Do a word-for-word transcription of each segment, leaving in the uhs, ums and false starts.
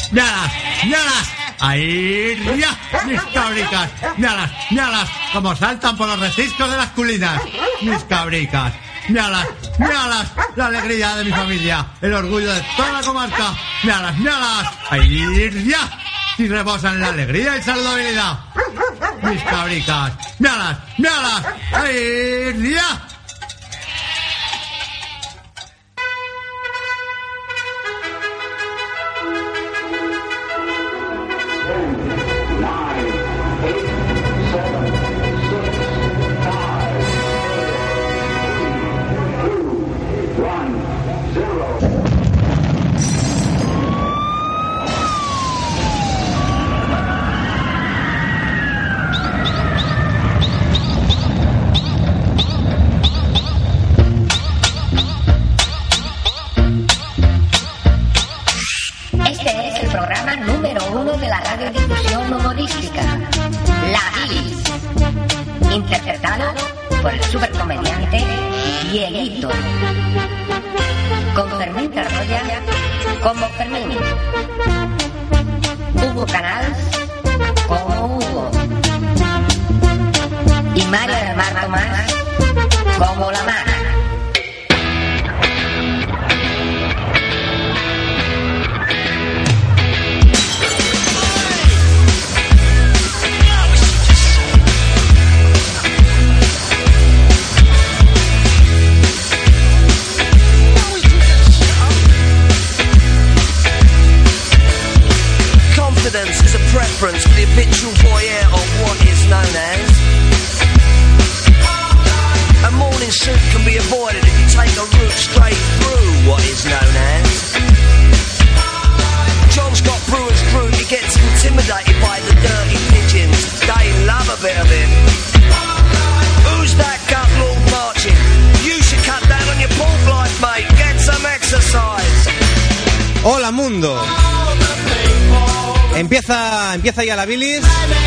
míralas, míralas. Ahí, ya, mis cabricas. Míralas, míralas, como saltan por los reciscos de las culinas. Mis cabricas. Míralas, míralas, la alegría de mi familia, el orgullo de toda la comarca. Míralas, míralas. Ahí, ya. Y rebosan la alegría y saludabilidad. Mis cabricas. Míralas, míralas. Ahí, ya. Interpretado por el supercomediante Dieguito, con Fermín Carroya como Fermín, Hugo Canals como Hugo y María del Mar Tomás como la Mar. Is a preference for the habitual voyeur of what is known as. A morning suit can be avoided if you take a route straight through what is known as. John's got brewer's brew, he gets intimidated by the dirty pigeons. They love a bit of it. Who's that gut lord marching? You should cut down on your pork life, mate. Get some exercise. Hola mundo. Empieza, empieza ya la bilis.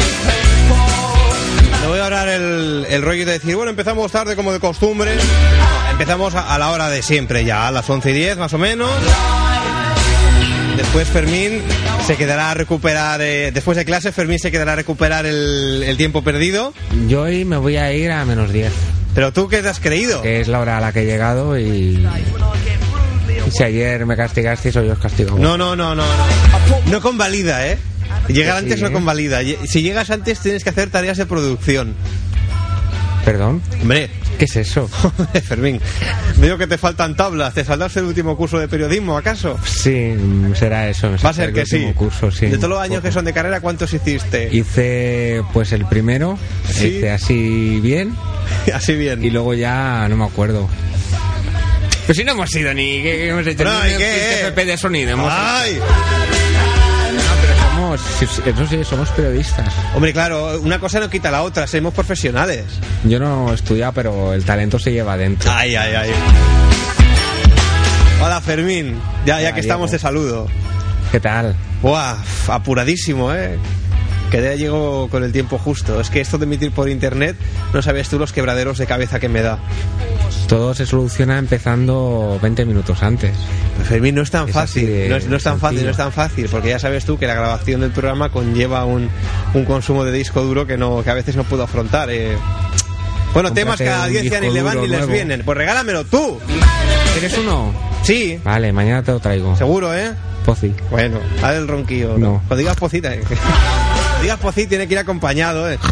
No voy a ahorrar el, el rollo de decir, bueno, empezamos tarde como de costumbre. No, empezamos a, a la hora de siempre ya, a las once y diez más o menos. Después Fermín se quedará a recuperar, eh, después de clase Fermín se quedará a recuperar el, el tiempo perdido. Yo hoy me voy a ir a menos diez. ¿Pero tú qué te has creído? Que es la hora a la que he llegado y... Si ayer me castigasteis, hoy os castigo. No, no, no, no, no. No convalida, ¿eh? Llegar sí, antes no ¿eh? convalida. Si llegas antes tienes que hacer tareas de producción. ¿Perdón? Hombre, ¿qué es eso? Joder, Fermín, veo que te faltan tablas. ¿Te faltaste el último curso de periodismo, acaso? Sí, será eso. Va a ser que sí. Curso, sí. De todos los años que son de carrera, ¿cuántos hiciste? Hice, pues el primero, ¿sí? Hice así bien. Así bien. Y luego ya no me acuerdo. Pues si no hemos sido ni... ¿Qué hemos hecho? No, ni ¿y qué? F P de sonido. Hemos ¡ay! Hecho. No, pero somos... Eso sí, somos periodistas. Hombre, claro, una cosa no quita la otra. Somos profesionales. Yo no he estudiado, pero el talento se lleva adentro. Ay, ay, ay. Hola, Fermín. Ya, ya Hola, que estamos, Diego. Te saludo. ¿Qué tal? Buah, apuradísimo, ¿eh? Que ya llego con el tiempo justo. Es que esto de emitir por internet, no sabes tú los quebraderos de cabeza que me da. Todo se soluciona empezando veinte minutos antes. Pues Fermín, no es tan es fácil, no es, no es tan sencillo. fácil, no es tan fácil, porque ya sabes tú que la grabación del programa conlleva un, un consumo de disco duro que no que a veces no puedo afrontar. Eh. Bueno, Cómprate temas que a la audiencia ni le van ni les vienen. Pues regálamelo tú. ¿Tienes uno? Sí. Vale, mañana te lo traigo. ¿Seguro, eh? Pozi. Bueno, haz el ronquillo. No. Cuando digas Pozita, eh. Cuando digas Pozi tiene que ir acompañado, eh.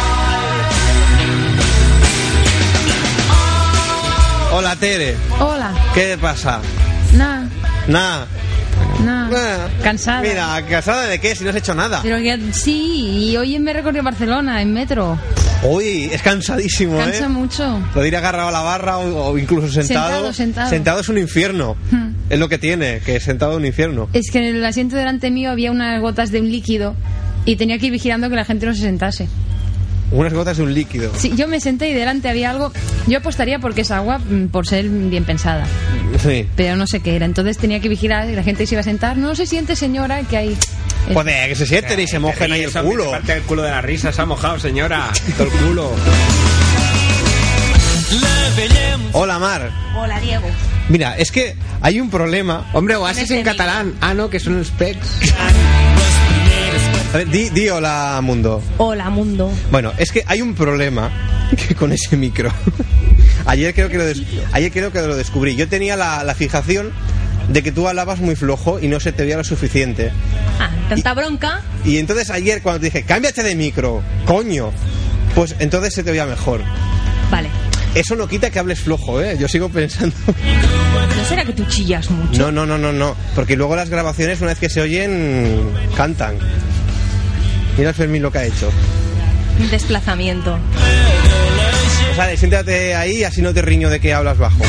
Hola, Tere. Hola. ¿Qué pasa? Nada. Nada. Nada. Nah. Cansada. Mira, ¿cansada de qué? Si no has hecho nada. Pero que sí, y hoy me recorrió Barcelona en metro. Uy, es cansadísimo, Cansa ¿eh? Cansa mucho. Lo de ir agarrado a la barra o, o incluso sentado. Sentado, sentado. Sentado es un infierno. Hmm. Es lo que tiene, que sentado es un infierno. Es que en el asiento delante mío había unas gotas de un líquido y tenía que ir vigilando que la gente no se sentase. Unas gotas de un líquido. Sí, yo me senté y delante había algo. Yo apostaría porque es agua por ser bien pensada. Sí. Pero no sé qué era. Entonces tenía que vigilar y la gente se iba a sentar. No se siente, señora, que hay. Joder, que se sienten y se mojen ahí el culo. Parte del culo de la risa se ha mojado, señora. Todo el culo. Hola, Mar. Hola, Diego. Mira, es que hay un problema. Hombre, oasis en catalán. Ah, no, que son los pecs. A ver, di, di hola, mundo. Hola, mundo. Bueno, es que hay un problema que con ese micro. Ayer creo que lo, des... Ayer creo que lo descubrí. Yo tenía la, la fijación de que tú hablabas muy flojo y no se te veía lo suficiente. Ah, tanta bronca. Y, y entonces ayer cuando te dije, cámbiate de micro, coño, pues entonces se te veía mejor. Vale. Eso no quita que hables flojo, ¿eh? Yo sigo pensando. ¿No será que tú chillas mucho? No, no, no, no, no. Porque luego las grabaciones, una vez que se oyen, cantan. Mira el Fermín lo que ha hecho. Un desplazamiento. Pues vale, siéntate ahí, así no te riño de que hablas bajo.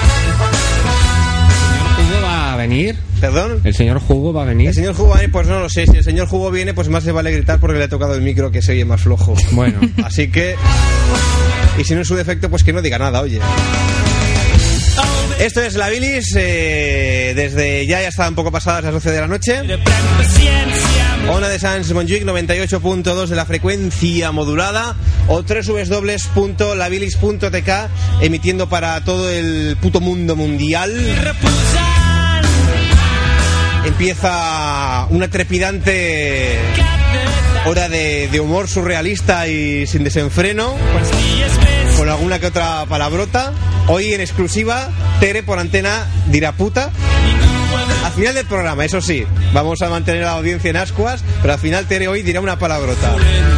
¿Hugo va a venir? ¿Perdón? ¿El señor Hugo va a venir? El señor Hugo va a venir, pues no lo sé. Si el señor Hugo viene, pues más le vale gritar porque le ha tocado el micro que se oye más flojo. Bueno. Así que... Y si no es su defecto, pues que no diga nada, oye. Esto es La Bilis, eh, desde ya ya está un poco pasadas las doce de la noche. Ona de Sans Montjuic, noventa y ocho punto dos de la frecuencia modulada, o doble u doble u doble u punto la bilis punto t k, emitiendo para todo el puto mundo mundial. Empieza una trepidante hora de, de humor surrealista y sin desenfreno, con alguna que otra palabrota. Hoy en exclusiva, Tere por antena dirá puta. Al final del programa, eso sí, vamos a mantener a la audiencia en ascuas, pero al final Tere hoy dirá una palabrota.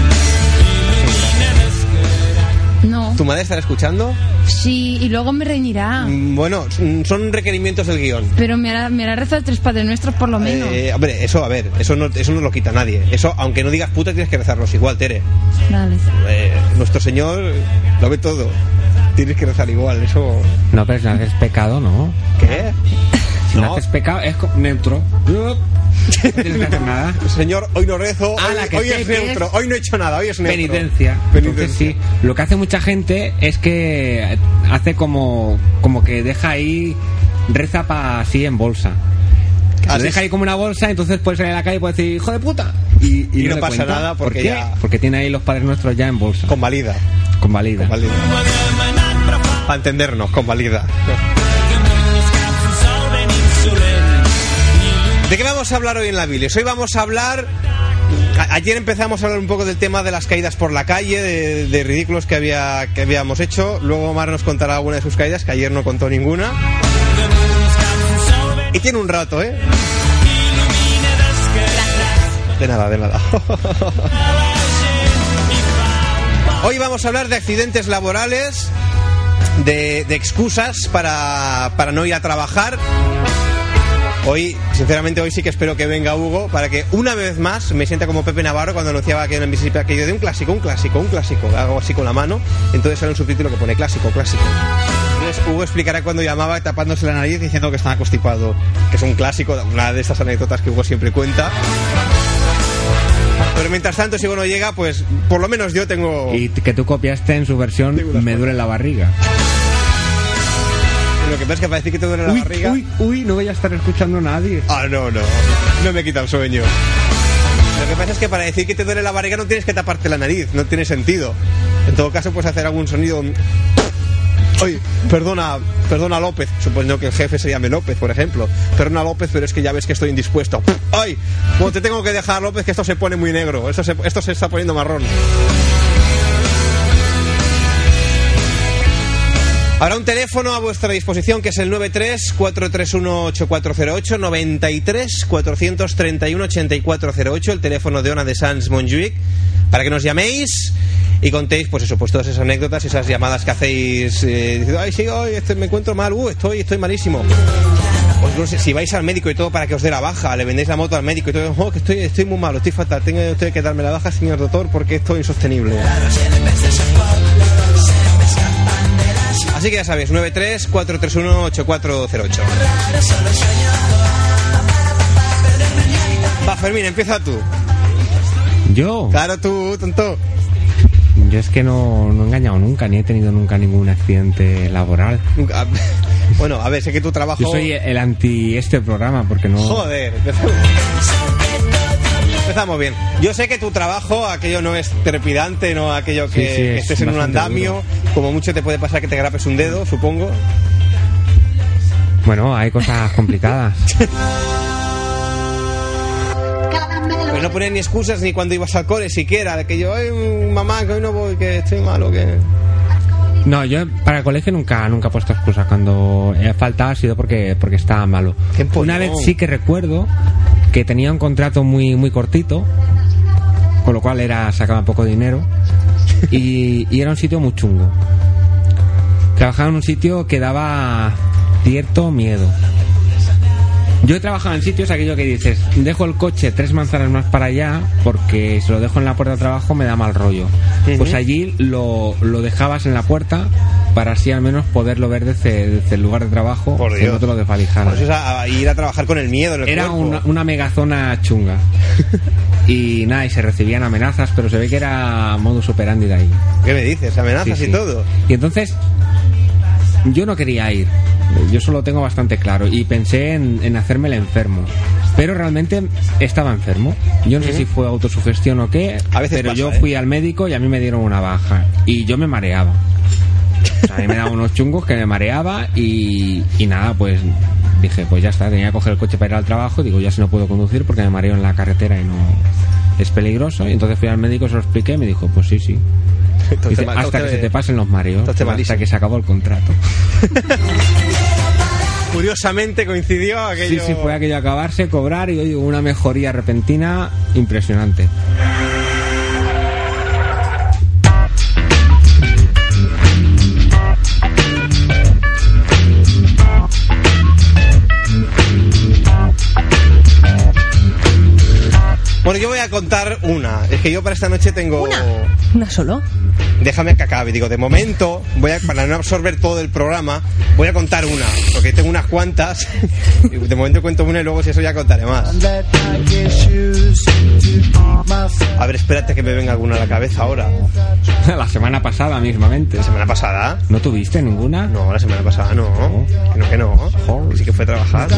No. ¿Tu madre estará escuchando? Sí, y luego me reñirá. Mm, Bueno, son requerimientos del guión. Pero me hará, me hará rezar tres Padres Nuestros por lo menos. Eh, hombre, eso, a ver, eso no, eso no lo quita nadie. Eso, aunque no digas puta, tienes que rezarlos igual, Tere. Vale. Eh, nuestro Señor lo ve todo. Tienes que rezar igual, eso... No, pero si no haces pecado, ¿no? ¿Qué? Si no, No. haces pecado, es co- neutro. No tienes que hacer nada. Señor, hoy no rezo, Ah, hoy, la que hoy es peques. neutro, hoy no he hecho nada, hoy es neutro. Penitencia. Penitencia. Entonces sí, lo que hace mucha gente es que hace como, como que deja ahí, reza para así en bolsa. Así Lo deja es. ahí como una bolsa, entonces puede salir a la calle y puede decir, hijo de puta. Y, Y no le pasa cuenta. nada porque ¿Por qué? ya- Porque tiene ahí los Padres Nuestros ya en bolsa. Convalida, Convalida. convalida. Para entendernos, convalida. ¿De qué vamos a hablar hoy en La Bilis? Hoy vamos a hablar... a- Ayer empezamos a hablar un poco del tema de las caídas por la calle, de, de ridículos que, había, que habíamos hecho. Luego Omar nos contará alguna de sus caídas, que ayer no contó ninguna. Y tiene un rato, ¿eh? De nada, de nada. Hoy vamos a hablar de accidentes laborales, de, de excusas para, para no ir a trabajar. Hoy, sinceramente, hoy sí que espero que venga Hugo para que una vez más me sienta como Pepe Navarro cuando anunciaba que en el Mississippi aquello de un clásico, un clásico, un clásico. Hago así con la mano, entonces sale un subtítulo que pone clásico, clásico. Entonces Hugo explicará cuando llamaba tapándose la nariz diciendo que estaba constipado, que es un clásico, una de estas anécdotas que Hugo siempre cuenta. Pero mientras tanto, si Hugo no llega, pues por lo menos yo tengo... Y que tú copiaste en su versión Tengo unas Me duele la barriga. Lo que pasa es que para decir que te duele la Uy, barriga... uy, uy, no voy a estar escuchando a nadie. Ah, no, no. No me quita el sueño. Lo que pasa es que para decir que te duele la barriga no tienes que taparte la nariz, no tiene sentido. En todo caso, puedes hacer algún sonido... Oye, perdona, perdona López, suponiendo que el jefe se llame López, por ejemplo. Perdona López, pero es que ya ves que estoy indispuesto. ¡Ay! Bueno, te tengo que dejar, López, que esto se pone muy negro, esto se, esto se está poniendo marrón. Habrá un teléfono a vuestra disposición que es el noventa y tres, cuatrocientos treinta y uno, ochenta y cuatro cero ocho, noventa y tres, cuatrocientos treinta y uno, ochenta y cuatro cero ocho, el teléfono de Ona de Sans Montjuic, para que nos llaméis y contéis, pues eso, pues todas esas anécdotas, esas llamadas que hacéis, eh, diciendo, ay, sí, hoy este, me encuentro mal, uh, estoy, estoy malísimo. O incluso si vais al médico y todo para que os dé la baja, le vendéis la moto al médico y todo, oh, que estoy, estoy muy malo, estoy fatal, tengo usted que darme la baja, señor doctor, porque estoy insostenible. Así que ya sabéis, noventa y tres, cuatrocientos treinta y uno, ochenta y cuatro cero ocho. Va, Fermín, empieza tú. ¿Yo? Claro, tú, tonto. Yo es que no, no he engañado nunca, ni he tenido nunca ningún accidente laboral. Nunca- Bueno, a ver, sé que tu trabajo... Yo soy el anti este programa porque no... Joder, empezamos... empezamos bien. Yo sé que tu trabajo, aquello no es trepidante, no aquello que, Sí, sí, que es estés en un bastante andamio, duro. como mucho te puede pasar que te grapes un dedo, supongo. Bueno, hay cosas complicadas. Pues no ponían ni excusas ni cuando ibas al cole siquiera, de que yo, ay, mamá, que hoy no voy, que estoy malo, que... No, yo para el colegio nunca nunca he puesto excusas. Cuando he faltado ha sido porque porque estaba malo. Una vez sí que recuerdo que tenía un contrato muy muy cortito, con lo cual era sacaba poco dinero y, y era un sitio muy chungo. Trabajaba en un sitio que daba cierto miedo. Yo he trabajado en sitios aquello que dices, dejo el coche tres manzanas más para allá porque si lo dejo en la puerta de trabajo me da mal rollo. Uh-huh. Pues allí lo, lo dejabas en la puerta para así al menos poderlo ver desde, desde el lugar de trabajo, que no te lo desvalijaran. Pues es a, a ir a trabajar con el miedo en el Era cuerpo. una, una megazona chunga. Y nada, y se recibían amenazas, pero se ve que era modus operandi de ahí. ¿Qué me dices? ¿Amenazas sí, y sí. todo? Y entonces yo no quería ir. Yo eso lo tengo bastante claro y pensé en, en hacerme el enfermo, pero realmente estaba enfermo. Yo no sé uh-huh. si fue autosugestión o qué, a veces pero pasa, yo ¿eh? fui al médico y a mí me dieron una baja y yo me mareaba. O sea, a mí me daban unos chungos que me mareaba y, y nada, pues dije, pues ya está, tenía que coger el coche para ir al trabajo. Digo, ya si no puedo conducir porque me mareo en la carretera y no es peligroso. Y entonces fui al médico, se lo expliqué y me dijo, pues sí, sí. Dice, hasta entonces, que se te pasen los mareos, hasta que se acabó el contrato. Curiosamente coincidió aquello. Sí, sí, fue aquello acabarse, cobrar y oye, una mejoría repentina impresionante. Bueno, yo voy a contar una. Es que yo para esta noche tengo... ¿Una? ¿Una solo? Déjame que acabe. Digo, de momento, voy a, para no absorber todo el programa, voy a contar una. Porque tengo unas cuantas. De momento cuento una y luego si eso ya contaré más. A ver, espérate que me venga alguna a la cabeza ahora. La semana pasada mismamente. ¿La semana pasada? ¿No tuviste ninguna? No, la semana pasada no. No. Que no, que no. Oh, sí que fue a trabajar.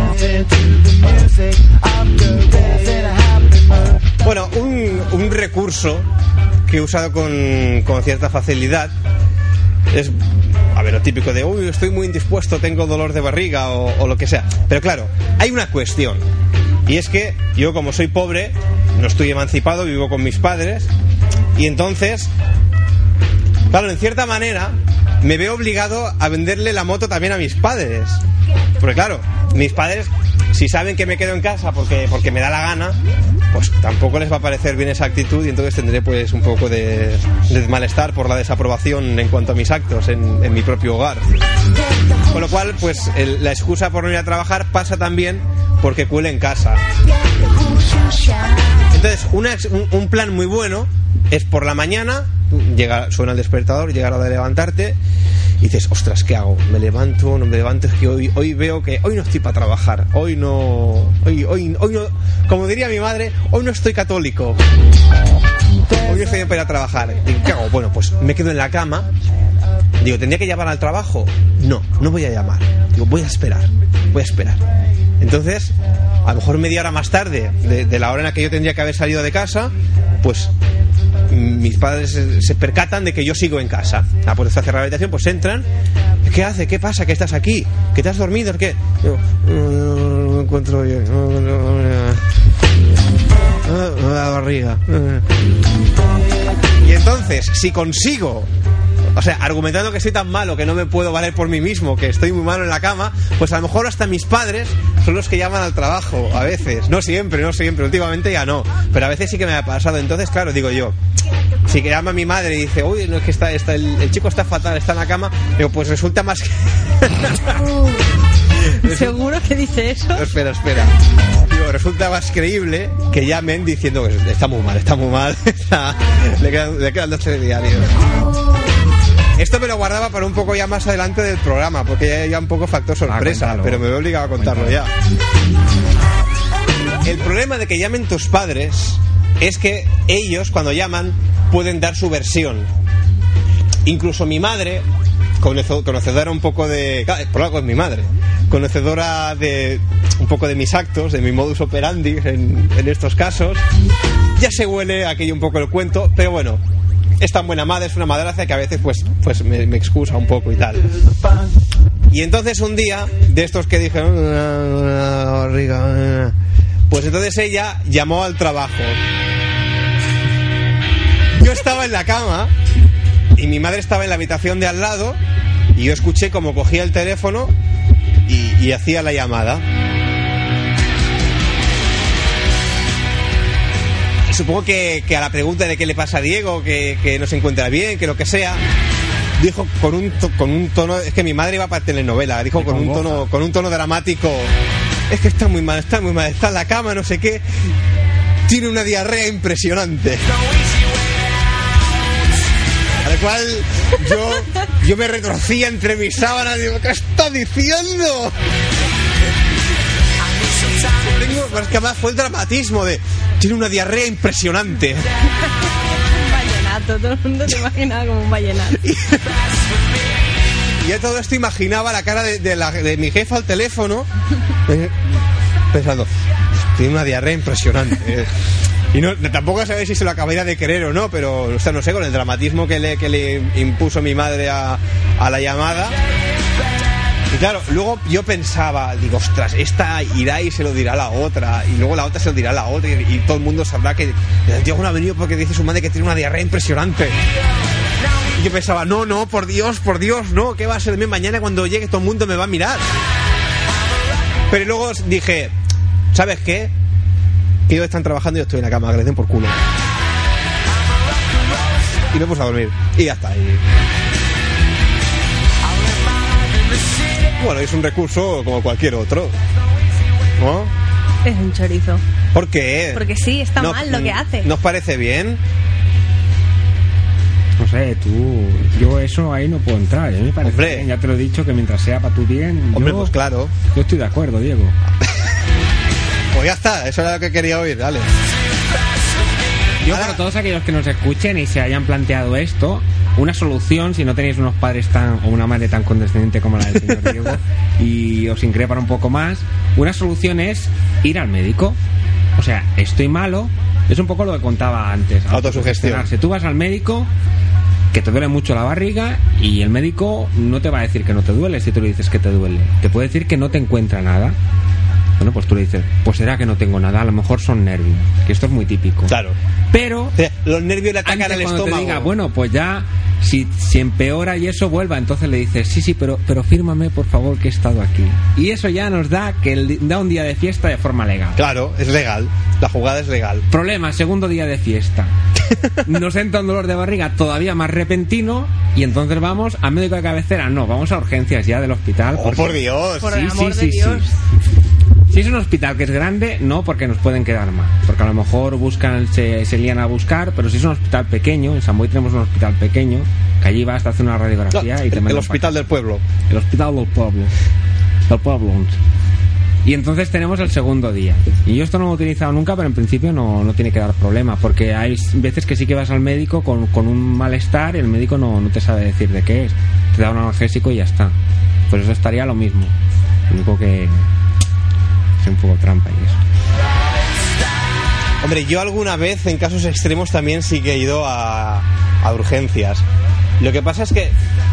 Bueno, un, un recurso que he usado con, con cierta facilidad es, a ver, lo típico de, uy, estoy muy indispuesto, tengo dolor de barriga o, o lo que sea. Pero claro, hay una cuestión. Y es que yo, como soy pobre, no estoy emancipado, vivo con mis padres. Y entonces, claro, en cierta manera, me veo obligado a venderle la moto también a mis padres. Porque claro, mis padres, si saben que me quedo en casa porque, porque me da la gana, pues tampoco les va a parecer bien esa actitud y entonces tendré pues un poco de, de malestar por la desaprobación en cuanto a mis actos en, en mi propio hogar. Con lo cual, pues el, la excusa por no ir a trabajar pasa también porque cuele en casa. Entonces, una, un, un plan muy bueno es por la mañana, llega, suena el despertador, llega la hora de levantarte y dices, ostras, ¿qué hago? Me levanto, no me levanto, es que hoy, hoy veo que hoy no estoy para trabajar, hoy no, hoy, hoy, hoy no, como diría mi madre, hoy no estoy católico, hoy no estoy para ir a trabajar. Digo, ¿qué hago? Bueno, pues me quedo en la cama. Digo, ¿tendría que llamar al trabajo? No, no voy a llamar. Digo, voy a esperar, voy a esperar. Entonces, a lo mejor media hora más tarde de, de la hora en la que yo tendría que haber salido de casa, pues mis padres se, se percatan de que yo sigo en casa. Ah, pues está cerrada la habitación, pues entran. ¿Qué hace? ¿Qué pasa? ¿Que estás aquí? ¿Que te has dormido? ¿Qué? Yo, no, no, no me encuentro bien. No, no, no, no. La barriga. Y entonces, si consigo, o sea, argumentando que estoy tan malo que no me puedo valer por mí mismo, que estoy muy malo en la cama, pues a lo mejor hasta mis padres son los que llaman al trabajo, a veces. No siempre, no siempre, últimamente ya no, pero a veces sí que me ha pasado. Entonces, claro, digo yo, si que llama a mi madre y dice, uy, no es que está, está el, el chico está fatal, está en la cama, digo, pues resulta más que... ¿Seguro que dice eso? No, espera, espera. Digo, resulta más creíble que llamen diciendo que está muy mal, está muy mal, está... le quedan, le quedan dos diarios. Esto me lo guardaba para un poco ya más adelante del programa, porque ya, ya un poco factor sorpresa, ah, pero me veo obligado a contarlo cuéntalo. Ya. El problema de que llamen tus padres es que ellos, cuando llaman, pueden dar su versión. Incluso mi madre, conocedora un poco de... Claro, por algo es mi madre. Conocedora de un poco de mis actos, de mi modus operandi en, en estos casos, ya se huele aquello un poco el cuento, pero bueno, es tan buena madre, es una madraza que a veces pues, pues me, me excusa un poco y tal. Y entonces un día, de estos que dijeron, barriga, pues entonces ella llamó al trabajo. Yo estaba en la cama y mi madre estaba en la habitación de al lado y yo escuché como cogía el teléfono y, y hacía la llamada. Supongo que, que a la pregunta de qué le pasa a Diego, que, que no se encuentra bien, que lo que sea, dijo con un, to, con un tono, es que mi madre iba para telenovela, dijo con un tono, con un tono dramático, es que está muy mal, está muy mal, está en la cama, no sé qué, tiene una diarrea impresionante. Al cual yo, yo me retorcía entre mis sábanas y digo, ¿qué está diciendo? Tengo, es que además fue el dramatismo de, tiene una diarrea impresionante. Un vallenato, todo el mundo te imaginaba como un vallenato. Y, y a todo esto imaginaba la cara de, de, la, de mi jefa al teléfono, pensando, tiene una diarrea impresionante. Y no, tampoco sabéis si se lo acabaría de querer o no, pero o sea, no sé, con el dramatismo que le, que le impuso mi madre a, a la llamada. Y claro, luego yo pensaba, digo, ostras, esta irá y se lo dirá a la otra, y luego la otra se lo dirá a la otra, y, y todo el mundo sabrá que el Diego no ha venido porque dice su madre que tiene una diarrea impresionante. Y yo pensaba, no, no, por Dios, por Dios, no, ¿qué va a ser de mí mañana cuando llegue? Todo el mundo me va a mirar. Pero luego dije, ¿sabes qué? Que ellos están trabajando y yo estoy en la cama, que les den por culo. Y me puse a dormir, y ya está. Y... bueno, es un recurso como cualquier otro, ¿no? Es un chorizo. ¿Por qué? Porque sí, está no, mal lo que hace. ¿Nos parece bien? No sé, tú... yo eso ahí no puedo entrar. A mí me parece Hombre. bien, ya te lo he dicho, que mientras sea para tu bien... Hombre, yo, pues claro. Yo estoy de acuerdo, Diego. Pues ya está, eso era lo que quería oír, dale. Yo, Ahora... para todos aquellos que nos escuchen y se hayan planteado esto, una solución, si no tenéis unos padres tan o una madre tan condescendiente como la del señor Diego y os increpan un poco más, una solución es ir al médico. O sea, estoy malo, es un poco lo que contaba antes. Autosugestión. Si tú vas al médico, que te duele mucho la barriga, y el médico no te va a decir que no te duele si tú le dices que te duele. Te puede decir que no te encuentra nada. Bueno, pues tú le dices, pues será que no tengo nada, a lo mejor son nervios, que esto es muy típico. Claro. Pero o sea, los nervios le atacan al estómago. Te diga, bueno, pues ya, si, si empeora y eso vuelva, entonces le dices, sí, sí, pero, pero fírmame por favor que he estado aquí. Y eso ya nos da que el, da un día de fiesta de forma legal. Claro, es legal, la jugada es legal. Problema, segundo día de fiesta. Nos entra un dolor de barriga todavía más repentino y entonces vamos a médico de cabecera. No, vamos a urgencias ya del hospital. Oh, por Dios. Por sí, el amor sí, de sí, Dios. Sí. Si es un hospital que es grande, no, porque nos pueden quedar mal. Porque a lo mejor buscan, se, se lían a buscar, pero si es un hospital pequeño, en San Boi tenemos un hospital pequeño, que allí vas a hacer una radiografía no, y te el, mandan el hospital para... del pueblo. El hospital del pueblo. Del pueblo. Y entonces tenemos el segundo día. Y yo esto no lo he utilizado nunca, pero en principio no, no tiene que dar problema, porque hay veces que sí que vas al médico con, con un malestar y el médico no, no te sabe decir de qué es. Te da un analgésico y ya está. Pues eso estaría lo mismo. Lo único que... es un poco trampa y eso. Hombre, yo alguna vez en casos extremos también sí que he ido a, a urgencias. Lo que pasa es que,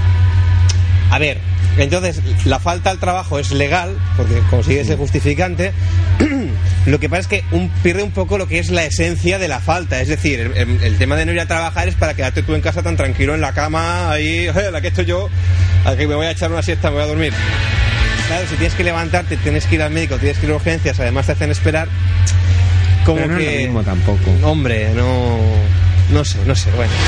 a ver, entonces la falta al trabajo es legal porque consigues el justificante. Lo que pasa es que un, pierde un poco lo que es la esencia de la falta. Es decir, el, el tema de no ir a trabajar es para quedarte tú en casa tan tranquilo en la cama, ahí, la que estoy yo, aquí me voy a echar una siesta, me voy a dormir. Claro, si tienes que levantarte, tienes que ir al médico, tienes que ir a urgencias, además te hacen esperar, como pero no que... es lo mismo tampoco. Hombre, no... No sé, no sé, bueno.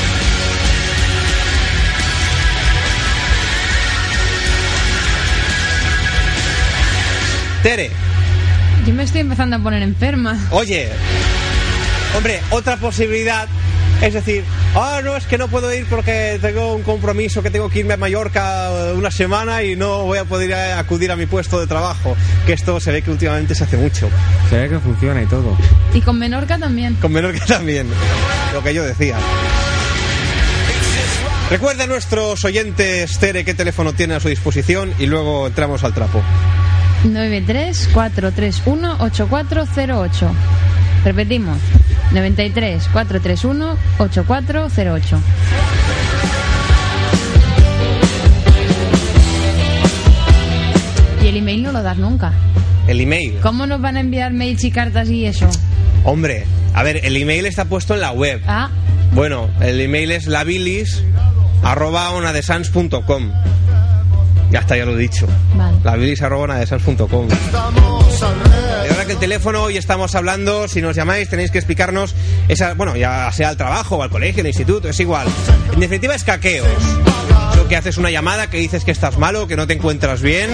Tere. Yo me estoy empezando a poner enferma. Oye, hombre, otra posibilidad... Es decir, ah, no, es que no puedo ir porque tengo un compromiso, que tengo que irme a Mallorca una semana y no voy a poder acudir a mi puesto de trabajo. Que esto se ve que últimamente se hace mucho. Se ve que funciona y todo. Y con Menorca también. Con Menorca también, lo que yo decía. Recuerda a nuestros oyentes, Tere, qué teléfono tiene a su disposición y luego entramos al trapo. nueve tres cuatro tres uno ocho cuatro cero ocho. Repetimos, noventa y tres cuatro tres uno ocho cuatro cero ocho. Y el email no lo das nunca. El email. ¿Cómo nos van a enviar mails y cartas y eso? Hombre, a ver, el email está puesto en la web. Ah. Bueno, el email es labilis arroba onadesans punto com. Ya está, ya lo he dicho. Vale. labilis arroba onadesans punto com. Y ahora que el teléfono, hoy estamos hablando, si nos llamáis tenéis que explicarnos, esa, bueno, ya sea al trabajo o al colegio, al instituto, es igual. En definitiva, es caqueos. Lo que haces una llamada, que dices que estás malo, que no te encuentras bien.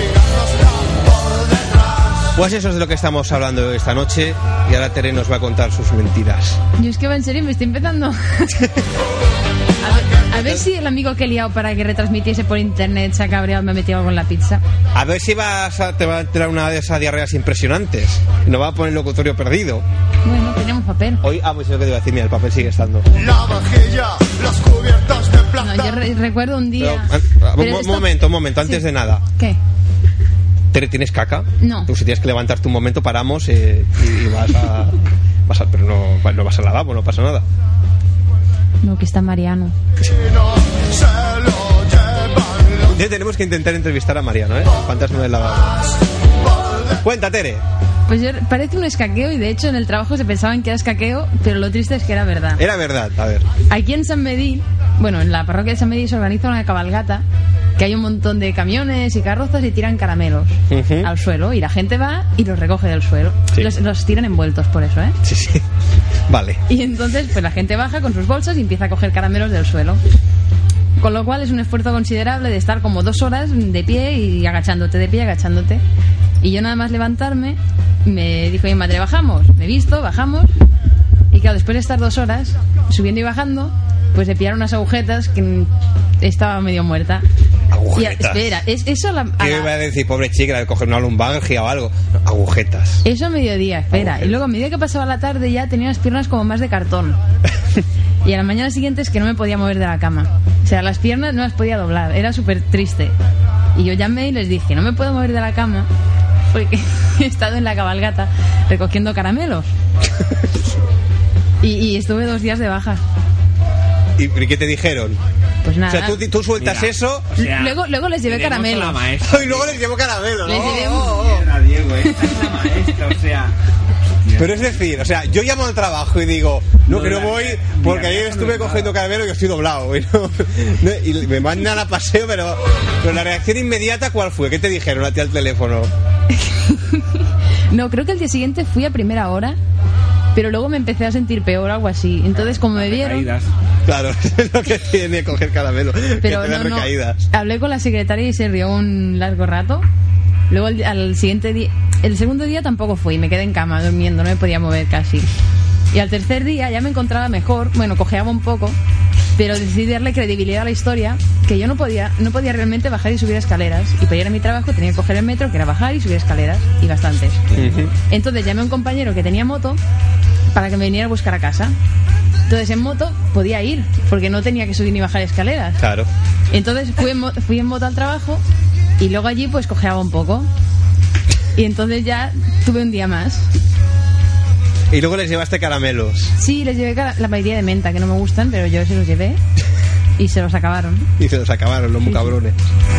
Pues eso es de lo que estamos hablando esta noche. Y ahora Tere nos va a contar sus mentiras. Yo es que va en serio, me estoy empezando. a, ver, a ver si el amigo que he liado para que retransmitiese por internet se ha cabreado y me ha metido algo en la pizza. A ver si vas a, te va a entrar una de esas diarreas impresionantes. Y nos va a poner el locutorio perdido. Bueno, tenemos papel. Hoy, ah, pues es lo que te iba a decir, mira, el papel sigue estando. La vajilla, las cubiertas de plata. No, yo re- recuerdo un día... Pero, un Pero mo- esto- momento, un momento, antes Sí. de nada. ¿Qué? Tere, ¿tienes caca? No. Pues si tienes que levantarte un momento, paramos eh, y, y vas a... Vas a, pero no, no vas al lavabo, no pasa nada. No, que está Mariano. Ya tenemos que intentar entrevistar a Mariano, ¿eh? Fantasma del lavabo. Cuenta, Tere. Pues yo, parece un escaqueo y de hecho en el trabajo se pensaban que era escaqueo, pero lo triste es que era verdad. Era verdad, a ver. Aquí en San Medí, bueno, en la parroquia de San Medí se organiza una cabalgata, que hay un montón de camiones y carrozas y tiran caramelos Uh-huh. al suelo y la gente va y los recoge del suelo. Sí. Los, los tiran envueltos por eso, ¿eh? Sí, sí. Vale. Y entonces pues la gente baja con sus bolsas y empieza a coger caramelos del suelo. Con lo cual es un esfuerzo considerable de estar como dos horas de pie y agachándote, de pie y agachándote. Y yo nada más levantarme, me dijo mi madre, bajamos. Me he visto, bajamos. Y claro, después de estar dos horas subiendo y bajando, pues le pillaron unas agujetas que mm, estaba medio muerta. Agujetas. Y, espera, es, eso a la, a ¿Qué la- iba a decir, pobre chica, de coger una lumbalgia o algo? No, agujetas. Eso a mediodía, espera. Agujetas. Y luego a medida que pasaba la tarde ya tenía las piernas como más de cartón. Y a la mañana siguiente es que no me podía mover de la cama. O sea, las piernas no las podía doblar. Era súper triste. Y yo llamé y les dije, no me puedo mover de la cama porque he estado en la cabalgata recogiendo caramelos. Y, y estuve dos días de baja. ¿Y y qué te dijeron? Pues O nada. sea, tú, tú sueltas Mira. eso O sea, luego, luego les llevé tenemos a caramelos. la maestra. y luego les llevo caramelo, ¿no? Les llevé Oh, un- oh, oh. Mierda, Diego, esta es la maestra, o sea... Pero es decir, o sea, yo llamo al trabajo y digo, no, No, que no la- voy mira, porque mira, ayer déjame estuve hablar. cogiendo caramelo y estoy doblado. Y, no- no, y me mandan a paseo, pero, pero la reacción inmediata, ¿cuál fue? ¿Qué te dijeron a ti al teléfono? No, creo que el día siguiente fui a primera hora, pero luego me empecé a sentir peor, algo así. Entonces, como me vieron... Recaídas. Claro, es lo que tiene coger caramelo, Pero que te no, dan no. recaídas. Hablé con la secretaria y se rió un largo rato. Luego al, al siguiente día, el segundo día tampoco fui, me quedé en cama durmiendo, no me podía mover casi. Y al tercer día ya me encontraba mejor, bueno, cojeaba un poco, pero decidí darle credibilidad a la historia, que yo no podía, no podía realmente bajar y subir escaleras. Y para ir a mi trabajo tenía que coger el metro, que era bajar y subir escaleras, y bastantes. Ujú. Entonces llamé a un compañero que tenía moto para que me viniera a buscar a casa. Entonces en moto podía ir, porque no tenía que subir ni bajar escaleras. Claro. Entonces fui en, mo- fui en moto al trabajo y luego allí pues cojeaba un poco. Y entonces ya tuve un día más. Y luego les llevaste caramelos Sí, les llevé cara- la mayoría de menta, que no me gustan, pero yo se los llevé y se los acabaron. y se los acabaron, los muy Sí, sí. cabrones.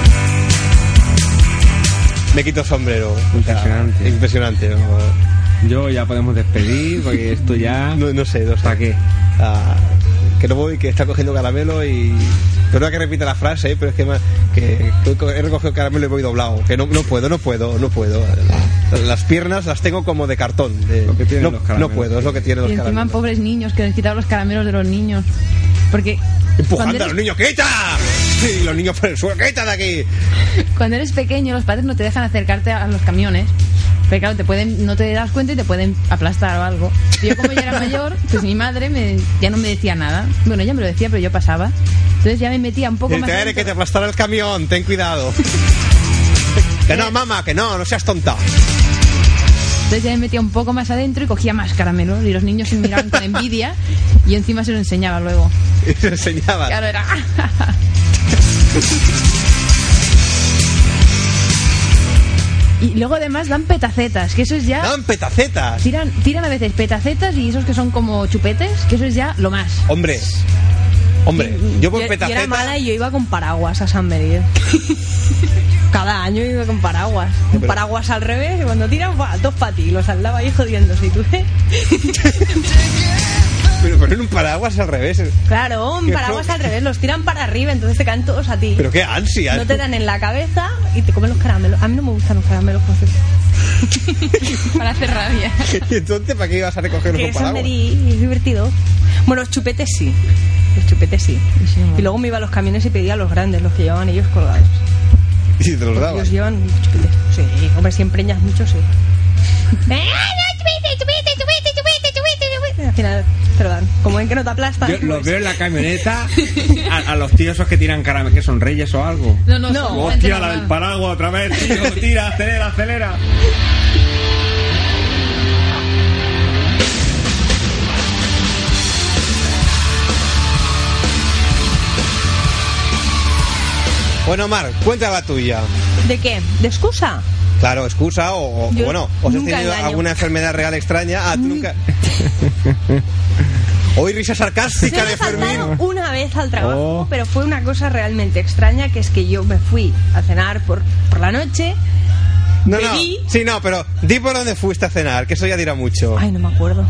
Me quito el sombrero. O sea, Impresionante. impresionante. ¿no? Yo ya podemos despedir porque esto ya... No, no sé, no sé. ¿Para qué? Ah, que no voy, que está cogiendo caramelo y... Perdona que repita la frase, ¿eh? Pero es que, ma- que he recogido caramelo y voy doblado. Que no, no puedo, no puedo, no puedo. Las piernas las tengo como de cartón. de- Lo que tienen no, los caramelos. no puedo, es lo que tienen los Y encima caramelos. pobres niños, que les quitaban los caramelos de los niños. Porque Empujando cuando a eres, los niños, ¡quita! Y los niños por el suelo, ¡quita de aquí! cuando eres pequeño los padres no te dejan acercarte a los camiones. Pero claro, te pueden, no te das cuenta y te pueden aplastar o algo. Y yo como ya era mayor, pues mi madre me, ya no me decía nada. Bueno, ella me lo decía, pero yo pasaba. Entonces ya me metía un poco Y más te adentro. que te aplastará el camión, ten cuidado. Que no, mamá, que no, no seas tonta. Entonces ya me metía un poco más adentro y cogía más caramelos. Y los niños se miraban con envidia y yo encima se lo enseñaba luego. Y se enseñaba. Claro, era... Y luego además dan petacetas, que eso es ya... Dan petacetas. Tiran, tiran a veces petacetas y esos que son como chupetes, que eso es ya lo más. Hombre, hombre, yo por Yo, yo petaceta... era mala y yo iba con paraguas a San Medí. Cada año iba con paraguas. Un paraguas al revés, y cuando tiran, ¡buah! Dos para ti. Los al lado ahí jodiéndose. ¿Y tú qué? Pero ponen un paraguas al revés. Claro, un paraguas flo- al revés. Los tiran para arriba, entonces te caen todos a ti. Pero qué ansia. No te dan en la cabeza y te comen los caramelos. A mí no me gustan los caramelos, por cierto. Para hacer rabia. ¿Y entonces para qué ibas a recogerlos Que con es paraguas? Ameri- es divertido. Bueno, los chupetes sí. Los chupetes sí. Y luego me iba a los camiones y pedía a los grandes, los que llevaban ellos colgados. Y te los Ellos dabas. llevan chupetes. Sí, hombre, si empreñas mucho, sí. Al final te lo dan. Como ven que no te aplastan. Yo los pues- veo en la camioneta a, a los tíos esos que tiran caramelos, que son reyes o algo. No, no, No. son gente Hostia, la normal. del paraguas otra vez, tío. Tira, acelera, acelera. Bueno, Mar, cuenta la tuya. ¿De qué? ¿De excusa? Claro, excusa o, o Yo bueno, ¿os has nunca tenido engaño. alguna enfermedad real extraña? Ah, tú nunca. Hoy risa Se sarcástica me de ha faltado Fermín. una vez al trabajo, Oh. pero fue una cosa realmente extraña, que es que yo me fui a cenar por, por la noche. No, bebí. no. Sí, no, pero di por dónde fuiste a cenar, que eso ya dirá mucho. Ay, no me acuerdo.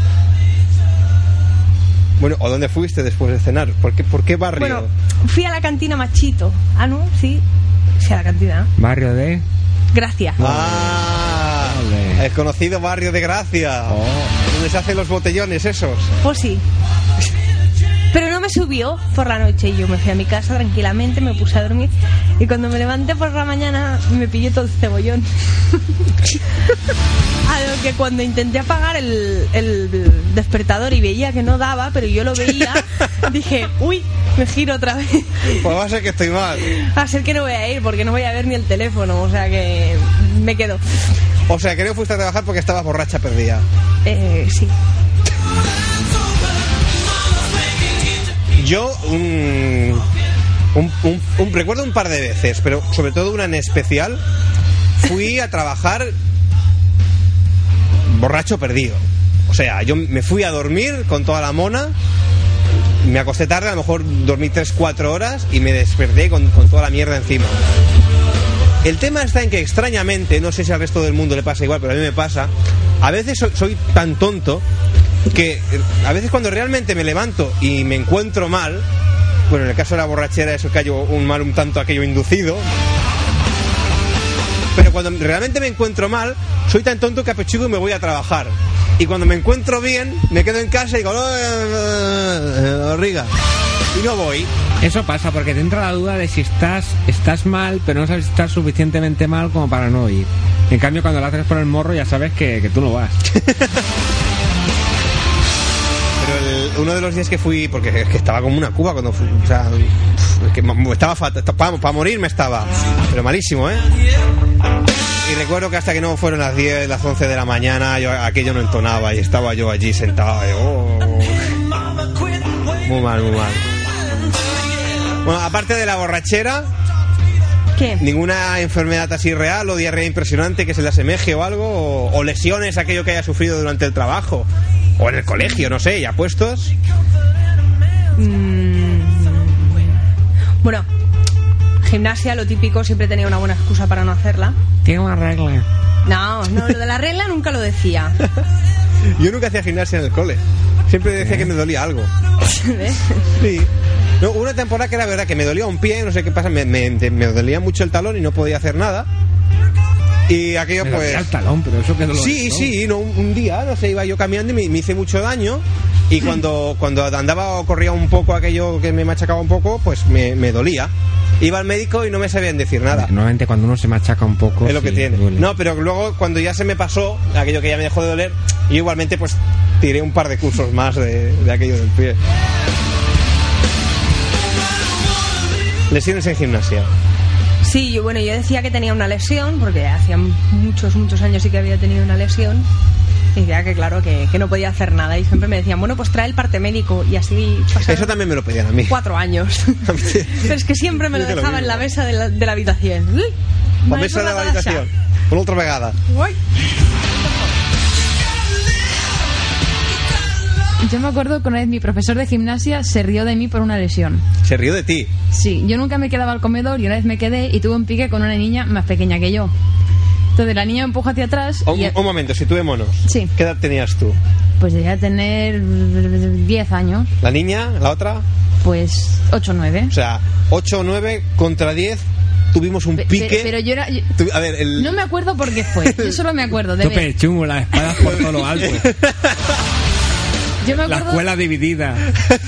Bueno, ¿o dónde fuiste después de cenar? ¿Por qué, por qué barrio? Bueno, fui a la cantina Machito. Ah, no, sí. Sí, a la cantina. Barrio de... Gracias. Ah, Ole. el conocido barrio de Gracia, donde se hacen los botellones esos. Pues sí. Pero no me subió por la noche y yo me fui a mi casa tranquilamente, me puse a dormir y cuando me levanté por la mañana me pillé todo el cebollón. A lo que cuando intenté apagar el, el despertador y veía que no daba, pero yo lo veía, dije, uy, me giro otra vez. Pues va a ser que estoy mal. A ser que no voy a ir porque no voy a ver ni el teléfono, o sea que me quedo. O sea, que no fuiste a trabajar porque estabas borracha perdida. Eh, sí. Yo, un, un, un- un- recuerdo un par de veces, pero sobre todo una en especial, fui a trabajar borracho perdido. O sea, yo me fui a dormir con toda la mona, me acosté tarde, a lo mejor dormí tres cuatro horas y me desperté con, con toda la mierda encima. El tema está en que extrañamente, no sé si al resto del mundo le pasa igual, pero a mí me pasa, a veces soy, soy tan tonto que eh, a veces cuando realmente me levanto y me encuentro mal, bueno, en el caso de la borrachera eso que hay un mal un tanto aquello inducido, pero cuando realmente me encuentro mal, soy tan tonto que apechugo y me voy a trabajar. Y cuando me encuentro bien, me quedo en casa y digo, "No, eh, eh, barriga", y no voy. Eso pasa porque te entra la duda de si estás estás mal, pero no sabes si estás suficientemente mal como para no ir. En cambio, cuando lo haces por el morro ya sabes que, que tú no vas. Pero el- uno de los días que fui, porque es que estaba como una cuba cuando fui, o sea, es que m- estaba fatal, para, para morir me estaba, pero malísimo, ¿eh? Y recuerdo que hasta que no fueron las diez, las once de la mañana, yo aquello no entonaba y estaba yo allí sentado, y, oh, muy mal, muy mal. Bueno, aparte de la borrachera, ¿Qué? ¿ninguna enfermedad así real o diarrea impresionante que se le asemeje o algo? O, o lesiones, aquello que haya sufrido durante el trabajo o en el colegio, no sé, ya puestos. Mm, bueno, gimnasia, lo típico, siempre tenía una buena excusa para no hacerla. Tiene una regla. No, no, lo de la regla nunca lo decía. Yo nunca hacía gimnasia en el cole. Siempre decía que me dolía algo. ¿Ves? Sí. No, hubo una temporada que era verdad que me dolía un pie, no sé qué pasa, me, me, me dolía mucho el talón y no podía hacer nada. Y aquello Me pues... dolía el talón, pero eso que dolor Sí, es, ¿no? sí, no, un, un día, no sé, iba yo caminando y me, me hice mucho daño. Y cuando, cuando andaba o corría un poco aquello que me machacaba un poco, pues me, me dolía. Iba al médico y no me sabían decir nada. Normalmente cuando uno se machaca un poco Es lo que sí, tiene. duele. No, pero luego cuando ya se me pasó, aquello que ya me dejó de doler, yo igualmente pues tiré un par de cursos más de, de aquello del pie. Lesiones en gimnasia. Sí, yo, bueno, yo decía que tenía una lesión, porque hacía muchos, muchos años sí que había tenido una lesión. Y decía que, claro, que, que no podía hacer nada. Y siempre me decían, bueno, pues trae el parte médico. Y así pasaron Eso también me lo pedían a mí. cuatro años. Pero es que siempre me lo Yo que lo dejaba en la mismo. mesa de la, de la habitación. Uy, La m'has mesa de la tornat a deixar. habitación. Una otra vegada. Uy. Yo me acuerdo que una vez mi profesor de gimnasia se rió de mí por una lesión. ¿Se rió de ti? Sí, yo nunca me quedaba al comedor y una vez me quedé y tuve un pique con una niña más pequeña que yo. Entonces la niña me empujó hacia atrás. Un, y... un momento, situémonos. Sí. ¿Qué edad tenías tú? Pues debía tener diez años. ¿La niña? ¿La otra? Pues ocho o nueve. O sea, ocho o nueve contra diez. Tuvimos un pique. Pero, pero yo era. Yo, tu, a ver, el... No me acuerdo por qué fue. Yo solo me acuerdo de Súper ver. chungo, las espadas por todo lo alto. Yo me acuerdo... La escuela dividida.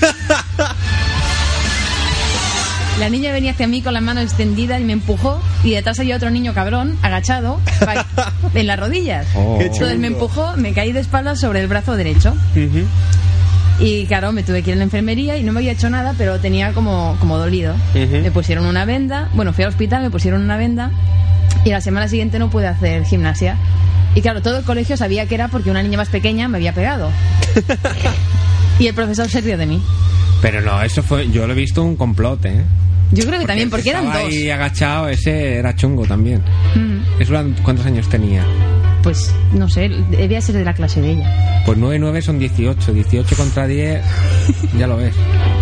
La niña venía hacia mí con las manos extendidas y me empujó. Y detrás había otro niño cabrón, agachado, en las rodillas. Oh. Entonces me empujó, me caí de espaldas sobre el brazo derecho. Uh-huh. Y claro, me tuve que ir a la enfermería y no me había hecho nada, pero tenía como, como dolido. Uh-huh. Me pusieron una venda. Bueno, fui al hospital, me pusieron una venda. Y la semana siguiente no pude hacer gimnasia. Y claro, todo el colegio sabía que era porque una niña más pequeña me había pegado. Y el profesor se rió de mí. Pero no, eso fue... Yo lo he visto un complot, ¿eh? Yo creo que porque también, porque eran dos. Ahí agachado, ese era chungo también. Mm. ¿Eso cuántos años tenía? Pues, no sé, debía ser de la clase de ella. Pues nueve, nueve son dieciocho. dieciocho contra diez, ya lo ves.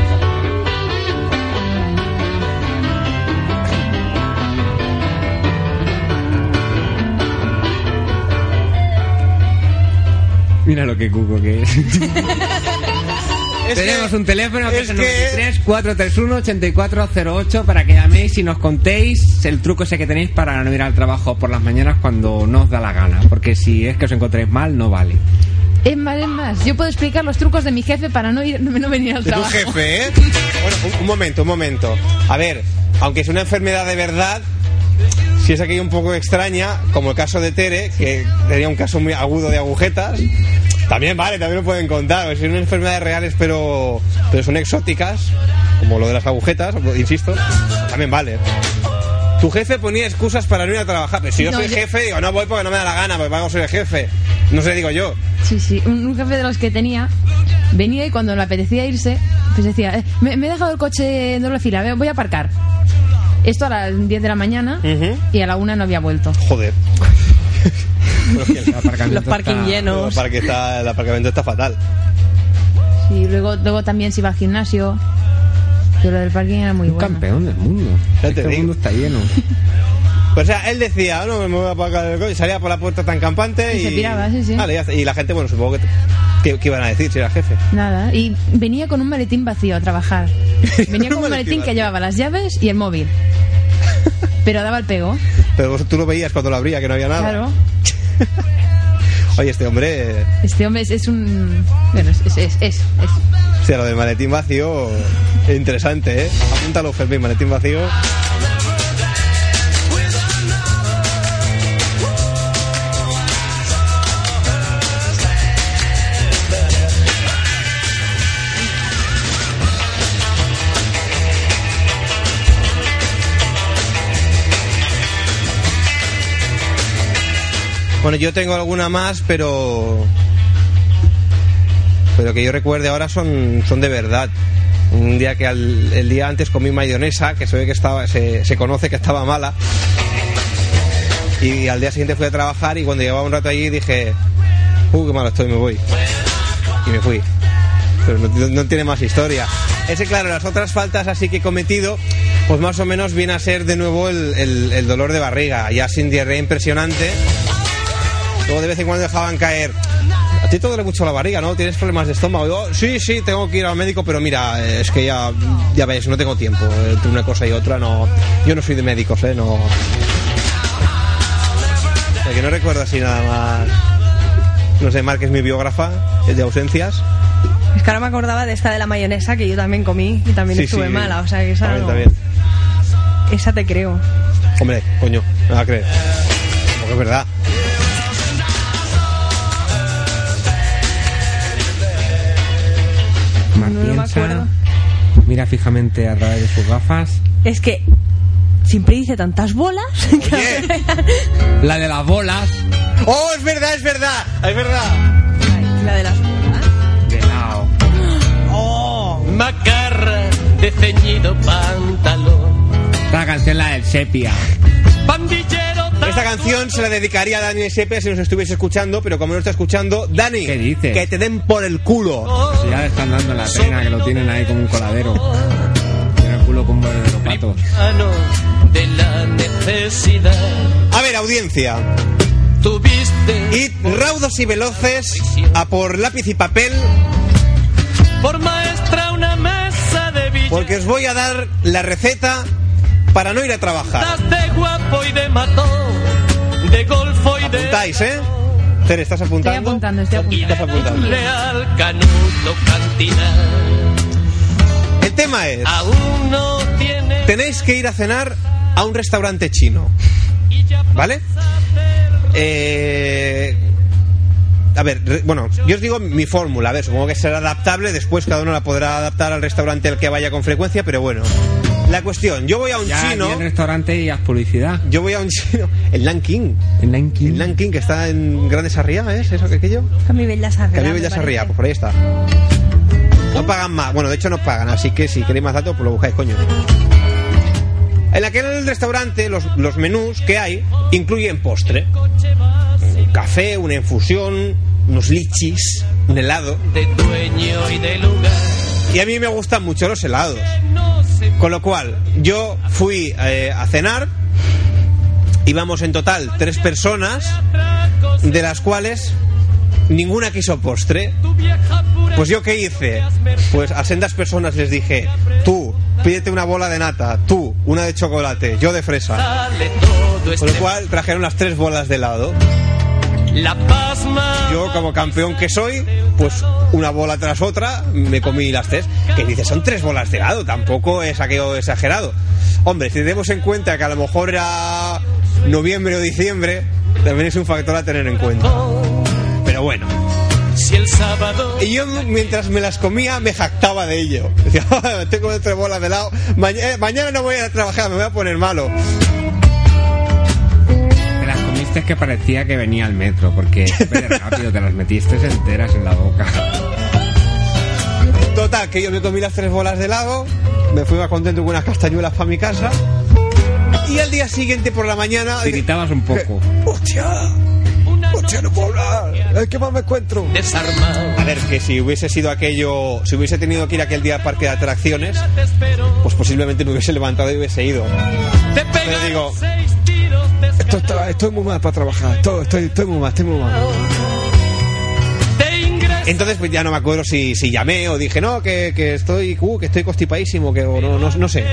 Mira lo que cuco que es. Es Tenemos que, un teléfono que es, es el noventa y tres, cuatrocientos treinta y uno, ochenta y cuatro cero ocho para que llaméis y nos contéis el truco ese que tenéis para no ir al trabajo por las mañanas cuando no os da la gana. Porque si es que os encontréis mal, no vale. Es más, es más. Yo puedo explicar los trucos de mi jefe para no, ir, no venir al ¿De trabajo. ¿De tu jefe, eh? Bueno, un, un momento, un momento. A ver, aunque es una enfermedad de verdad, si es aquella un poco extraña, como el caso de Tere, que tenía un caso muy agudo de agujetas... También vale, también lo pueden contar. Si son enfermedades reales, pero, pero son exóticas, como lo de las agujetas, insisto, también vale. Tu jefe ponía excusas para no ir a trabajar. Pero si yo no, soy yo... jefe, digo, no voy porque no me da la gana, porque no soy el jefe. No sé, digo yo. Sí, sí, un, un jefe de los que tenía venía y cuando le apetecía irse, pues decía, eh, me, me he dejado el coche en doble fila, voy a aparcar. Esto a las diez de la mañana uh-huh. y a la una no había vuelto. Joder. Los parking está, llenos. El, parque está, el aparcamiento está fatal. Sí, luego, luego también se iba al gimnasio. Pero lo del parking era muy un bueno. Campeón del mundo. Ya es te que el mundo está lleno. Pues o sea, él decía, no, me voy a aparcar el coche, salía por la puerta tan campante y... Y se piraba, sí, sí. Vale, y la gente, bueno, supongo que... ¿Qué, qué iban a decir si era jefe? Nada, y venía con un maletín vacío a trabajar. Venía con un maletín que llevaba las llaves y el móvil. Pero daba el pego. Pero tú lo veías cuando lo abría, que no había nada. Claro. Oye, este hombre... Este hombre es, es un... Bueno, es... es, es, es. O sea, lo del maletín vacío... Es interesante, ¿eh? Apúntalo, Fermín, maletín vacío... Bueno, yo tengo alguna más, pero... Pero que yo recuerde ahora son, son de verdad. Un día que al, el día antes comí mayonesa, que se ve que estaba, se, se conoce que estaba mala. Y al día siguiente fui a trabajar y cuando llevaba un rato allí dije... Uh, qué malo estoy, me voy. Y me fui. Pero no, no, no tiene más historia. Ese, claro, las otras faltas así que he cometido, pues más o menos viene a ser de nuevo el, el, el dolor de barriga. Ya sin diarrea impresionante... Luego de vez en cuando dejaban caer. A ti te duele mucho la barriga, ¿no? ¿Tienes problemas de estómago? Yo, sí, sí, tengo que ir al médico, pero mira, es que ya, ya ves, no tengo tiempo. Entre una cosa y otra, no. Yo no soy de médicos, ¿eh? No. O sea, que no recuerdo así nada más. No sé, Marc es mi biógrafa, es de ausencias. Es que ahora me acordaba de esta de la mayonesa que yo también comí y también sí, estuve sí, mala, o sea que esa también, no... también. Esa te creo. Hombre, coño, me va a creer. Porque es verdad. No me acuerdo. Mira fijamente a través de sus gafas. Es que siempre dice tantas bolas. Oye. La de las bolas. ¡Oh, es verdad, es verdad! ¡Es verdad! Ay, la de las bolas. De lado. ¡Oh! Macarra de ceñido pantalón. La canción, la del sepia. Pandillero tan esta canción se la dedicaría a Dani Sepe si nos estuviese escuchando, pero como no está escuchando, Dani, ¿qué dices? Que te den por el culo. Si ya le están dando la pena, que lo tienen ahí como un coladero. Tiene el culo como de los patos. De la necesidad. A ver, audiencia. Id raudos y veloces a por lápiz y papel. Por maestra una mesa de billetes. Porque os voy a dar la receta para no ir a trabajar. De guapo y de matón, de golfo y de... Apuntáis, ¿eh? Tere, ¿estás apuntando? Estoy apuntando, estoy apuntando. ¿Estás apuntando? Leal, canuto, cantina. El tema es... Aún no tiene... Tenéis que ir a cenar a un restaurante chino. ¿Vale? Eh... A ver, re, bueno, yo os digo mi fórmula. A ver, supongo que será adaptable. Después cada uno la podrá adaptar al restaurante al que vaya con frecuencia. Pero bueno, la cuestión, yo voy a un ya, chino... el restaurante y haz publicidad. Yo voy a un chino... El Nanking. El Nanking. El Nanking, que está en Grande Sarriá, ¿es eso que aquello? Camí Bella Sarriá. Camí Bella Sarriá, pues por ahí está. No pagan más. Bueno, de hecho no pagan, así que si queréis más datos, pues lo buscáis, coño. En aquel restaurante, los, los menús que hay incluyen postre. Un café, una infusión, unos lichis, un helado. De dueño y de lugar. Y a mí me gustan mucho los helados. Con lo cual, yo fui eh, a cenar. Íbamos en total tres personas, de las cuales ninguna quiso postre. Pues yo qué hice, pues a sendas personas les dije: tú, pídete una bola de nata, tú, una de chocolate, yo de fresa. Con lo cual trajeron las tres bolas de helado. Yo, como campeón que soy, pues una bola tras otra me comí las tres. Que dice, son tres bolas de helado, tampoco es aquello exagerado. Hombre, si tenemos en cuenta que a lo mejor era noviembre o diciembre, también es un factor a tener en cuenta. Pero bueno. Si el sábado... Y yo, mientras me las comía, me jactaba de ello. Decía, oh, tengo tres bolas de helado, Maña- eh, mañana no voy a ir a trabajar, me voy a poner malo. Te las comiste que parecía que venía al metro, porque súper rápido te las metiste enteras en la boca. Total, que yo me comí las tres bolas de helado, me fui más contento con unas castañuelas para mi casa. Y al día siguiente por la mañana... Gritabas un poco. ¡Hostia! ¡Hostia, no puedo hablar! ¿Qué más me encuentro? Desarmado. A ver, que si hubiese sido aquello... Si hubiese tenido que ir aquel día al parque de atracciones, pues posiblemente me hubiese levantado y hubiese ido. Pero digo... Esto está, estoy muy mal para trabajar. Estoy, estoy, estoy muy mal, estoy muy mal. Entonces pues ya no me acuerdo si, si llamé o dije no, que, que estoy uh, que estoy constipadísimo, que o no, no, no sé.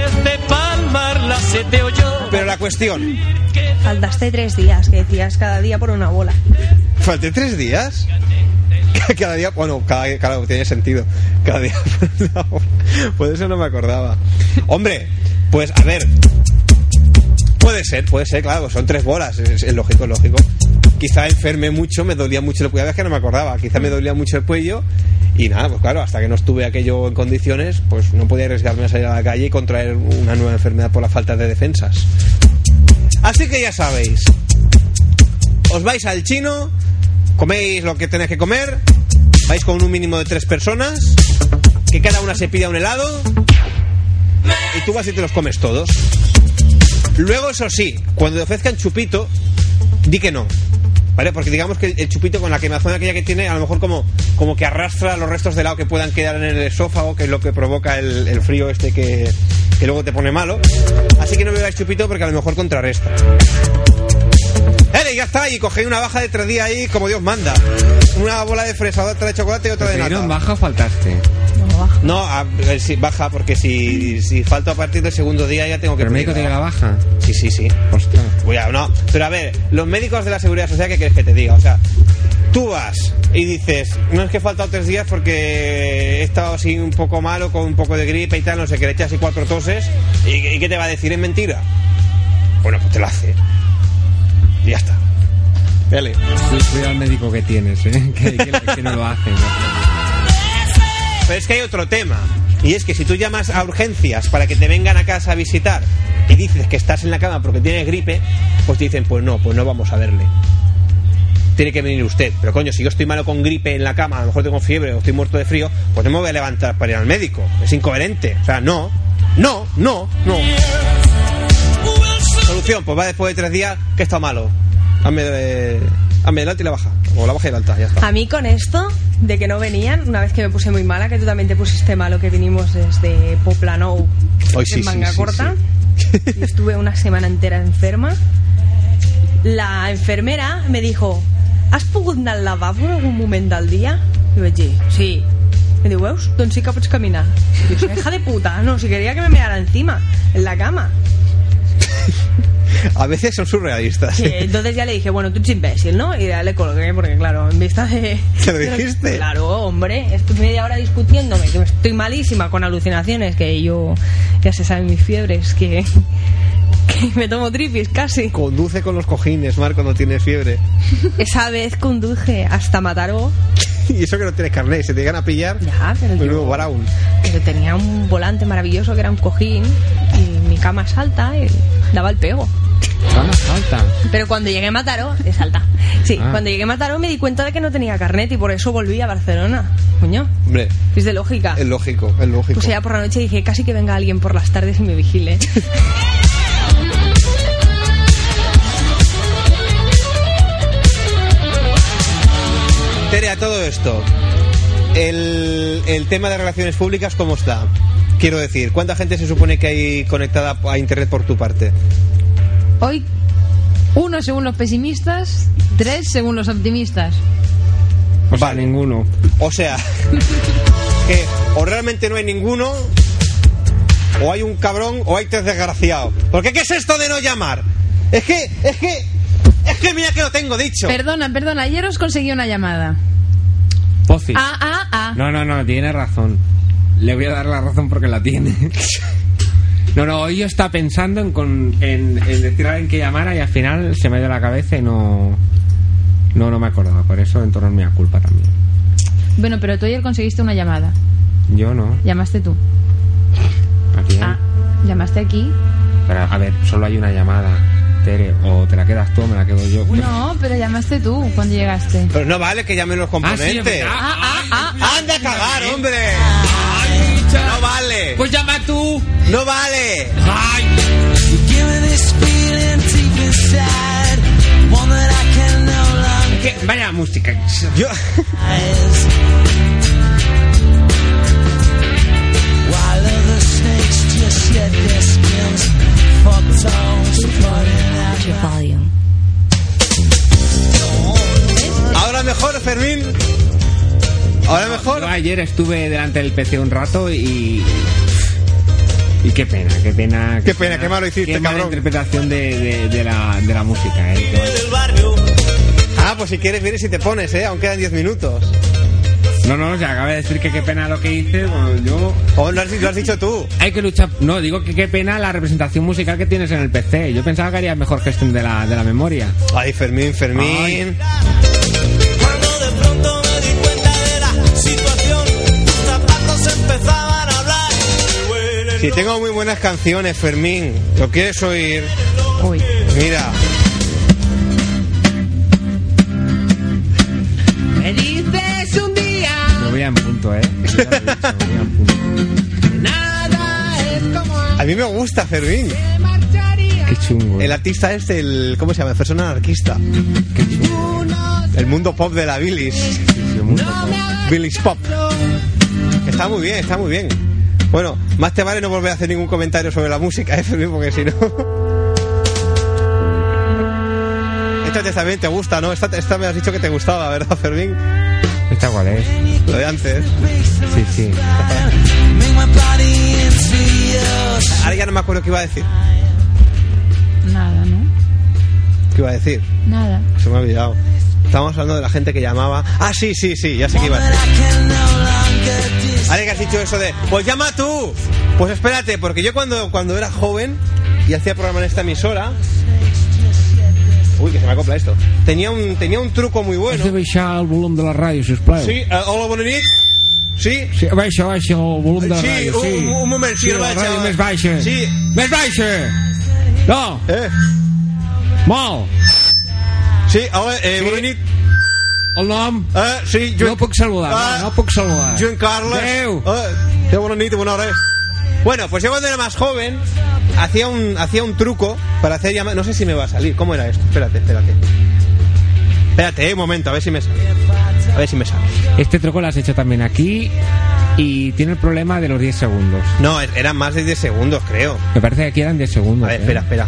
Pero la cuestión... Faltaste tres días, que decías cada día por una bola. ¿Falté tres días? Cada día, bueno, cada, cada tiene sentido. Cada día por una bola. Por eso no me acordaba. Hombre, pues a ver. Puede ser, puede ser, claro, son tres bolas, es, es lógico, es lógico. Quizá enfermé mucho, me dolía mucho el cuello, es que no me acordaba, quizá me dolía mucho el cuello y nada, pues claro, hasta que no estuve aquello en condiciones, pues no podía arriesgarme a salir a la calle y contraer una nueva enfermedad por la falta de defensas. Así que ya sabéis, os vais al chino, coméis lo que tenéis que comer, vais con un mínimo de tres personas, que cada una se pida un helado y tú vas y te los comes todos. Luego, eso sí, cuando te ofrezcan chupito, di que no, ¿vale? Porque digamos que el chupito con la quemazón aquella que tiene, a lo mejor como, como que arrastra los restos de helado que puedan quedar en el esófago, que es lo que provoca el, el frío este que, que luego te pone malo. Así que no bebáis chupito porque a lo mejor contrarresta. ¡Eh, ya está! Y cogéis una baja de tres días ahí como Dios manda. Una bola de fresa, otra de chocolate y otra de nata. ¿Pero baja o faltaste? No, baja. No, a ver, sí, baja, porque si, si falto a partir del segundo día ya tengo que... ¿Pero el médico te diga la baja? Sí, sí, sí. Hostia. Voy a, no, pero a ver, los médicos de la Seguridad Social, ¿qué quieres que te diga? O sea, tú vas y dices, no es que he faltado tres días porque he estado así un poco malo, con un poco de gripe y tal, no sé, que le echas así cuatro toses, ¿y, y qué te va a decir? ¿Es mentira? Bueno, pues te lo hace. Y ya está. Dale. Cuida al médico que tienes, ¿eh? Que, que, que no lo hace, ¿no? Pero es que hay otro tema, y es que si tú llamas a urgencias para que te vengan a casa a visitar y dices que estás en la cama porque tienes gripe, pues te dicen, pues no, pues no vamos a verle. Tiene que venir usted. Pero coño, si yo estoy malo con gripe en la cama, a lo mejor tengo fiebre o estoy muerto de frío, pues no me voy a levantar para ir al médico. Es incoherente. O sea, no, no, no, no. Solución, pues va después de tres días que está malo. Hazme, eh, hazme el alta y la baja. O la baja y la alta, ya está. A mí con esto, de que no venían, una vez que me puse muy mala, que tú también te pusiste malo, que vinimos desde Poplanou Hoy sí, en manga sí, sí, corta. sí. Y estuve una semana entera enferma. La enfermera me dijo, ¿has pogut anar al lavabo en algun moment del dia? I vaig dir, sí. Me diu, veus? Doncs sí que pots caminar. I diu, hija de puta, no, si quería que me meara encima, en la cama. A veces son surrealistas. Sí, entonces ya le dije, bueno, tú eres imbécil, ¿no? Y ya le colgué, porque claro, en vista de... ¿Te lo dijiste? Claro, hombre, estoy media hora discutiéndome, que estoy malísima con alucinaciones, que yo, ya se saben mis fiebres, que... que me tomo tripis casi. Conduce con los cojines, Mar, cuando tienes fiebre. Esa vez conduje hasta Mataró. Y eso que no tienes carnet, se te llegan a pillar. Ya, pero menudo yo, Brown. Pero tenía un volante maravilloso que era un cojín y mi cama es alta y daba el pego. Cama es alta. Pero cuando llegué a Mataró, es alta. Sí, Ah. cuando llegué a Mataró me di cuenta de que no tenía carnet y por eso volví a Barcelona. Coño, Hombre, es de lógica. es lógico, es lógico. Pues ya por la noche dije, casi que venga alguien por las tardes y me vigile. Tere, a todo esto, el, el tema de relaciones públicas, ¿cómo está? Quiero decir, ¿cuánta gente se supone que hay conectada a internet por tu parte? Hoy, uno según los pesimistas, tres según los optimistas. O sea, Vale. ninguno. O sea, que o realmente no hay ninguno, o hay un cabrón, o hay tres desgraciados. Porque ¿qué es esto de no llamar? Es que, es que, es que mira que lo tengo dicho. Perdona, perdona, ayer os conseguí una llamada. Pozzi. Ah, ah, ah. No, no, no, tiene razón. Le voy a dar la razón porque la tiene. No, no, hoy yo estaba pensando en, con, en, en decir a alguien que llamara y al final se me dio la cabeza y no... No, no me acordaba. Por eso en torno a mi culpa también. Bueno, pero tú ayer conseguiste una llamada. Yo no. Llamaste tú. ¿A quién? Ah, llamaste aquí. Pero, a ver, solo hay una llamada, Tere. O te la quedas tú o me la quedo yo. No, pero llamaste tú cuando llegaste. Pero no vale que llamen los componentes. Ah, sí, es verdad. Ah, ah, ah, ah. ¡Anda a cagar, hombre! Ay, cha- ¡No vale! Pues llama tú. ¡No vale! Ay. Es que, vaya música. Yo... Ahora mejor, Fermín. Ahora mejor. Yo ayer estuve delante del P C un rato y... Y qué pena, qué pena... Qué pena, qué malo hiciste, qué mala cabrón. interpretación de, de, de, la, de la música, eh. Ah, pues si quieres vienes y te pones, ¿eh? Aún quedan diez minutos. No, no, se acaba de decir que qué pena lo que hice, bueno, yo... ¿O lo has, lo has dicho tú? Hay que luchar... No, digo que qué pena la representación musical que tienes en el P C. Yo pensaba que harías mejor gestión de la, de la memoria. Ay, Fermín, Fermín. Ay. Cuando de pronto me di cuenta de la situación, tus zapatos empezaban a hablar. Si tengo muy buenas canciones, Fermín. ¿Lo quieres oír? Uy. Mira. Me dices un día. Me voy a en punto, eh. Yo ya lo he dicho, me voy a en punto. Nada es como A mí me gusta, Fermín. marcharía. Qué chungo. El artista es el... ¿Cómo se llama? Persona anarquista. Qué chungo. El mundo pop de la Billis. Sí, sí, el mundo pop. Billis Pop. Está muy bien, está muy bien. Bueno, más te vale no volver a hacer ningún comentario sobre la música, ¿eh, Fermín? Porque si no... Esta también te gusta, ¿no? Esta, esta me has dicho que te gustaba, ¿verdad, Fermín? ¿Esta cuál es? Lo de antes. Sí, sí. Ahora ya no me acuerdo qué iba a decir. Nada, ¿no? ¿Qué iba a decir? Nada. Se me ha olvidado. Estábamos hablando de la gente que llamaba... Ah, sí, sí, sí, ya sé qué iba a decir. Ahora que has dicho eso de... Pues llama tú. Pues espérate, porque yo cuando, cuando era joven y hacía programa en esta emisora... Uy, que se me acopla esto. Tenía un, tenía un truco muy bueno. Has de baixar el volum de la ràdio, sisplau. Sí, uh, hola, bona nit. Sí. Sí, baixa, baixa el volum de la Sí, ràdio, sí. un, un moment, sí, sí el la vaig ràdio a... més baixa. Sí. Més baixa! No, Eh, molt. sí, hola, eh, Sí. bona nit. El nom? Eh, sí, No puc saludar, Ah, no, no puc saludar. Joan Carles. Adéu. Eh, sí, bona nit y buena hora. Bueno, pues yo cuando era más joven hacía un hacía un truco para hacer llamadas. No sé si me va a salir. ¿Cómo era esto? Espérate, espérate. Espérate, eh, un momento, a ver si me sale. A ver si me sale. Este truco lo has hecho también aquí y tiene el problema de los diez segundos. No, eran más de diez segundos, creo. Me parece que aquí eran diez segundos. A ver, ¿eh? espera, espera.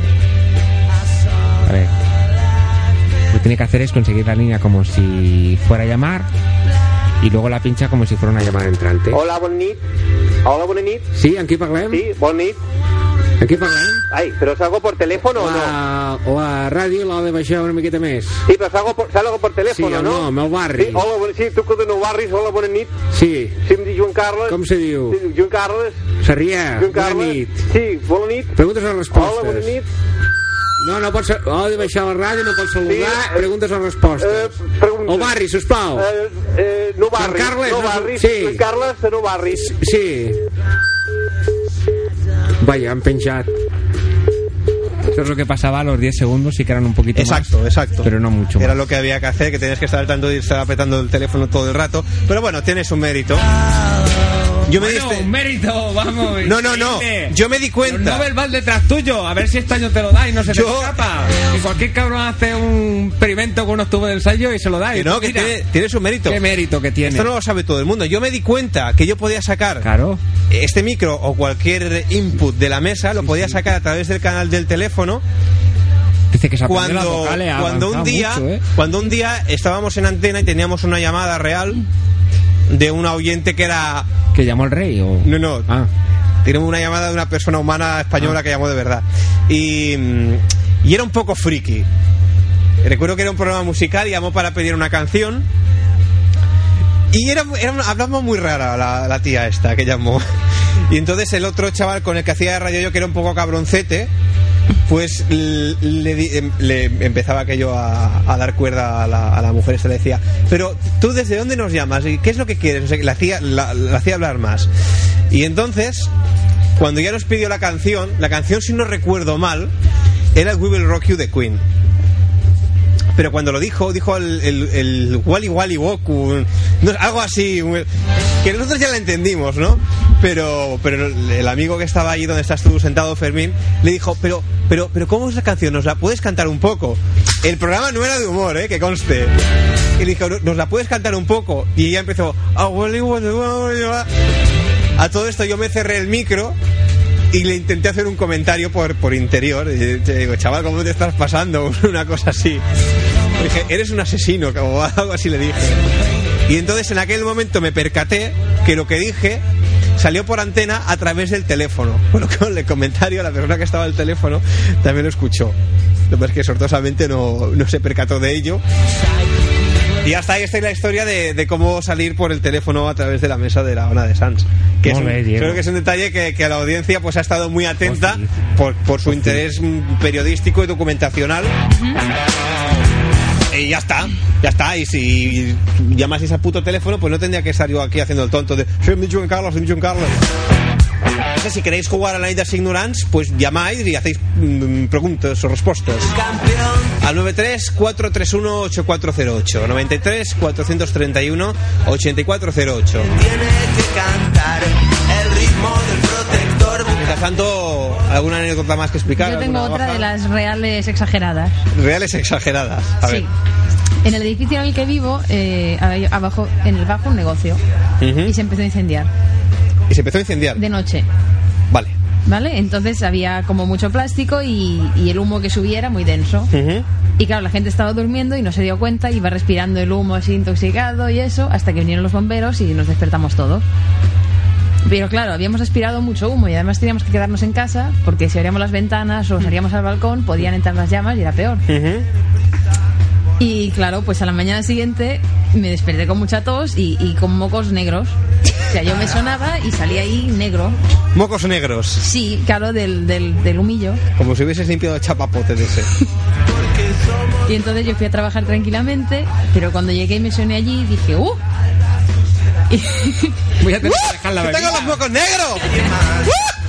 A ver. Lo que tiene que hacer es conseguir la línea como si fuera a llamar y luego la pincha como si fuera una llamada entrante. Hola, bona nit. Hola, bona nit. Sí, en qui parlem? Sí, bona nit. En qui parlem? Ai, però salgo por teléfono o, o a, no? O a ràdio l'ha de baixar una miqueta més. Sí, però salgo por, salgo por teléfono, sí, no? Sí, no, al barri. Sí, hola, bona, sí, truco de nou barris, hola, bona nit. Sí. Sí, em dic Joan Carles. Com se diu? Sí, Joan Carles. Sarrià, Joan bona Carles. nit. Sí, bona nit. Preguntes o respostes. Hola, bona nit. No, no pots... Oh, de baixar la ràdio, no pots saludar. Sí, eh, preguntes o respostes. Eh, preguntes. El barri, sisplau. Eh, eh, no barris. Joan Carles, no no, barris. sí. Joan Carles de no barris. Sí. Vaya, han penjat. Esto es lo que pasaba a los diez segundos, sí que eran un poquito exacto, más. Exacto, exacto. Pero no mucho Era más. lo que había que hacer, que tenías que estar al tanto de estar apretando el teléfono todo el rato. Pero bueno, tienes un mérito. Yo me bueno, diste... un mérito, vamos. No, no, no. Yo me di cuenta. El Nobel va detrás tuyo. A ver si este año te lo da y no se te Yo... escapa. Que cualquier cabrón hace un experimento con unos tubos de ensayo y se lo da. Que no, que tiene, tiene su mérito. ¿Qué mérito que tiene? Esto no lo sabe todo el mundo. Yo me di cuenta que yo podía sacar claro. este micro o cualquier input de la mesa, lo podía sacar a través del canal del teléfono. Dice que se cuando, las vocales, cuando un día mucho, ¿eh? cuando un día estábamos en antena y teníamos una llamada real de una oyente que era... ¿Que llamó el rey o...? No, no. Ah. Tenemos una llamada de una persona humana española ah. que llamó de verdad. Y, y era un poco friki. Recuerdo que era un programa musical y llamó para pedir una canción. Y era, era una, hablaba muy rara la, la tía esta que llamó. Y entonces el otro chaval con el que hacía radio yo, que era un poco cabroncete, pues le, le, le empezaba aquello a, a dar cuerda a la, a la mujer. Se le decía, pero tú desde dónde nos llamas y qué es lo que quieres. O sea, que la hacía, la, la hacía hablar más. Y entonces, cuando ya nos pidió la canción, la canción, si no recuerdo mal, era el We Will Rock You de Queen. Pero cuando lo dijo, dijo el, el, el Wally Wally Woku, no, algo así, que nosotros ya lo entendimos, ¿no? Pero pero el amigo que estaba allí donde estás tú sentado, Fermín, le dijo, pero pero pero ¿cómo es la canción? ¿Nos la puedes cantar un poco? El programa no era de humor, ¿eh? Que conste. Y le dijo, ¿nos la puedes cantar un poco? Y ella empezó, a Wally Wally Woku. A todo esto yo me cerré el micro y le intenté hacer un comentario por, por interior. Y te digo, chaval, ¿cómo te estás pasando? Una cosa así. Le dije, eres un asesino, o algo así le dije. Y entonces en aquel momento me percaté que lo que dije salió por antena a través del teléfono. Bueno, con el comentario, la persona que estaba al teléfono también lo escuchó. Lo que pasa es que sortosamente no, no se percató de ello. Y hasta ahí está la historia de, de cómo salir por el teléfono a través de la mesa de la Ona de Sans. Que es un, creo que es un detalle que, que a la audiencia pues ha estado muy atenta por, por su interés periodístico y documentacional. Y ya está, ya está. Y si llamaseis al puto teléfono, pues no tendría que estar yo aquí haciendo el tonto de soy mi Joan Carlos, soy mi Joan Carlos. No sé, si queréis jugar a la nit dels ignorants, pues llamáis y hacéis mm, preguntas o respuestas al noventa y tres, cuatro tres uno, ocho cuatro cero ocho noventa y tres, cuatrocientos treinta y uno, ochenta y cuatro cero ocho. Tiene que cantar el ritmo del protector. Mientras tanto, ¿alguna anécdota más que explicar? Yo tengo otra baja? de las reales exageradas. Reales exageradas, a sí. ver. En el edificio en el que vivo, eh, hay abajo, en el bajo, un negocio. Uh-huh. Y se empezó a incendiar. ¿Y se empezó a incendiar? De noche. Vale. ¿Vale? Entonces había como mucho plástico y, y el humo que subía era muy denso. Uh-huh. Y claro, la gente estaba durmiendo y no se dio cuenta, iba respirando el humo así intoxicado y eso, hasta que vinieron los bomberos y nos despertamos todos. Pero claro, habíamos respirado mucho humo y además teníamos que quedarnos en casa porque si abríamos las ventanas o salíamos al balcón podían entrar las llamas y era peor. Uh-huh. Y claro, pues a la mañana siguiente me desperté con mucha tos y, y con mocos negros. O sea, yo me sonaba y salía ahí negro. ¿Mocos negros? Sí, claro, del, del, del humillo. Como si hubieses limpiado el chapapote de ese. Y entonces yo fui a trabajar tranquilamente, pero cuando llegué y me soné allí dije, ¡uh! Y... voy a tener que dejar la bebida. ¡Tengo los mocos negros! ¡Uh!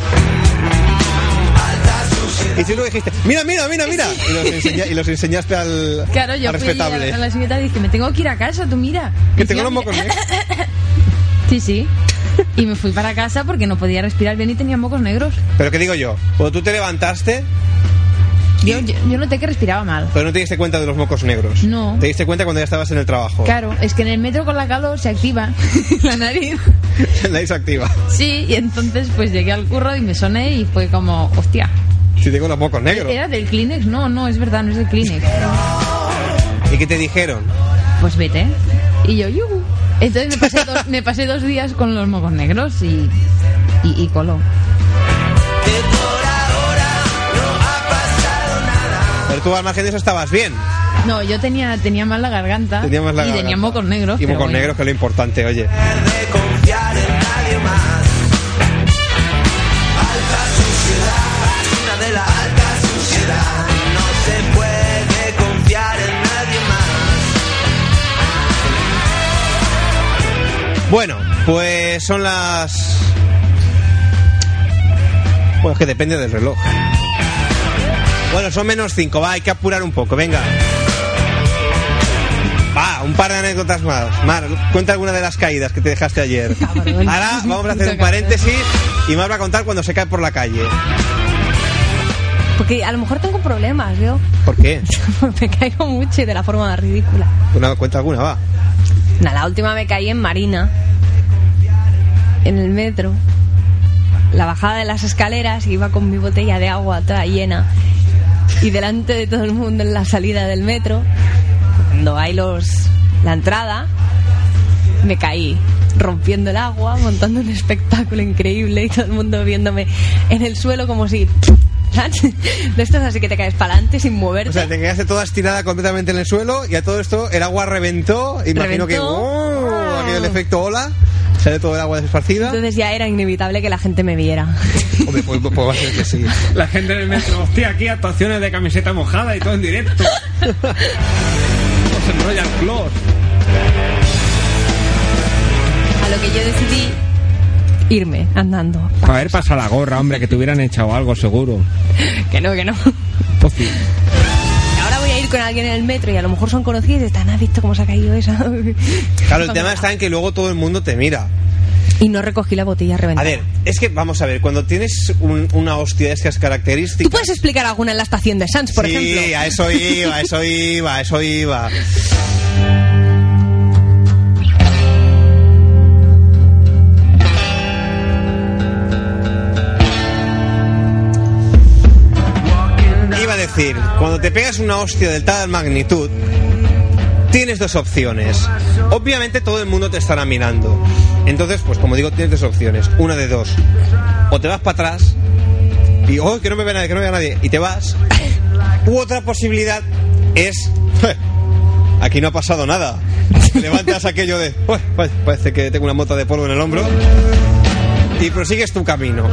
Y tú lo dijiste, mira, mira, mira, mira. Y los, enseña, y los enseñaste al, claro, yo al respetable. Fui a, a la secretaria y dije, me tengo que ir a casa, tú mira. Que y tengo los mocos negros. Sí, sí. Y me fui para casa porque no podía respirar bien y tenía mocos negros. Pero ¿qué digo yo? Cuando tú te levantaste... Yo, yo, yo noté que respiraba mal. Pero no te diste cuenta de los mocos negros. No. Te diste cuenta cuando ya estabas en el trabajo. Claro, es que en el metro con la calor se activa la nariz. La nariz se activa. Sí, y entonces pues llegué al curro y me soné y fue como, hostia. Si tengo los mocos negros. ¿Era del Kleenex? No, no, es verdad, no es del Kleenex. ¿Y qué te dijeron? Pues vete. Y yo, yuhu. Entonces me pasé, dos, me pasé dos días con los mocos negros y, y, y coló. Pero tú al margen de eso estabas bien. No, yo tenía, tenía mal la garganta. Tenía más la y garganta. tenía mocos negros. Y pero mocos bueno. negros, que es lo importante, oye. Confiar en nadie más. Alta suciedad, una de la alta suciedad. No se puede confiar en nadie más. Bueno, pues son las... Bueno, es que depende del reloj. Bueno, son menos cinco, va, hay que apurar un poco, venga. Va, un par de anécdotas más. Mar, cuenta alguna de las caídas que te dejaste ayer. Cabrón. Ahora vamos a hacer un paréntesis y Mar va a contar cuando se cae por la calle. Porque a lo mejor tengo problemas, yo. ¿Por qué? Me caigo mucho y de la forma más ridícula. Una, cuenta alguna, va. Nada, la última me caí en Marina, en el metro. La bajada de las escaleras, iba con mi botella de agua toda llena. Y delante de todo el mundo en la salida del metro, cuando hay los la entrada, me caí rompiendo el agua, montando un espectáculo increíble y todo el mundo viéndome en el suelo como si... ¿sabes? De estos así que te caes para adelante sin moverte. O sea, te quedaste toda estirada completamente en el suelo y a todo esto el agua reventó. Imagino Reventó. que... ¡Oh! Aquel el efecto ola. Sale todo el agua desparcida. Entonces ya era inevitable que la gente me viera. Hombre, pues, pues va a ser que sí. La gente en el metro, hostia, aquí actuaciones de camiseta mojada y todo en directo. Se enrolla el close. A lo que yo decidí irme andando. Para haber pasado la gorra, hombre, que te hubieran echado algo seguro. Que no, que no. Pues sí. Ahora voy a ir con alguien en el metro y a lo mejor son conocidos y están, ¿has visto cómo se ha caído esa? Claro, el tema está en que luego todo el mundo te mira. Y no recogí la botella A reventada. ver, es que vamos a ver, cuando tienes un- una hostia de estas características... ¿Tú puedes explicar alguna en la estación de Sans, por sí, ejemplo? Sí, a eso iba, a eso iba, a eso iba. Iba a decir, cuando te pegas una hostia de tal magnitud, tienes dos opciones. Obviamente todo el mundo te estará mirando. Entonces, pues como digo, tienes dos opciones. Una de dos. O te vas para atrás y, oh, que no me vea nadie, que no me vea nadie, y te vas. U otra posibilidad es, aquí no ha pasado nada. Levantas aquello de, "Uy, parece que tengo una mota de polvo en el hombro", y prosigues tu camino.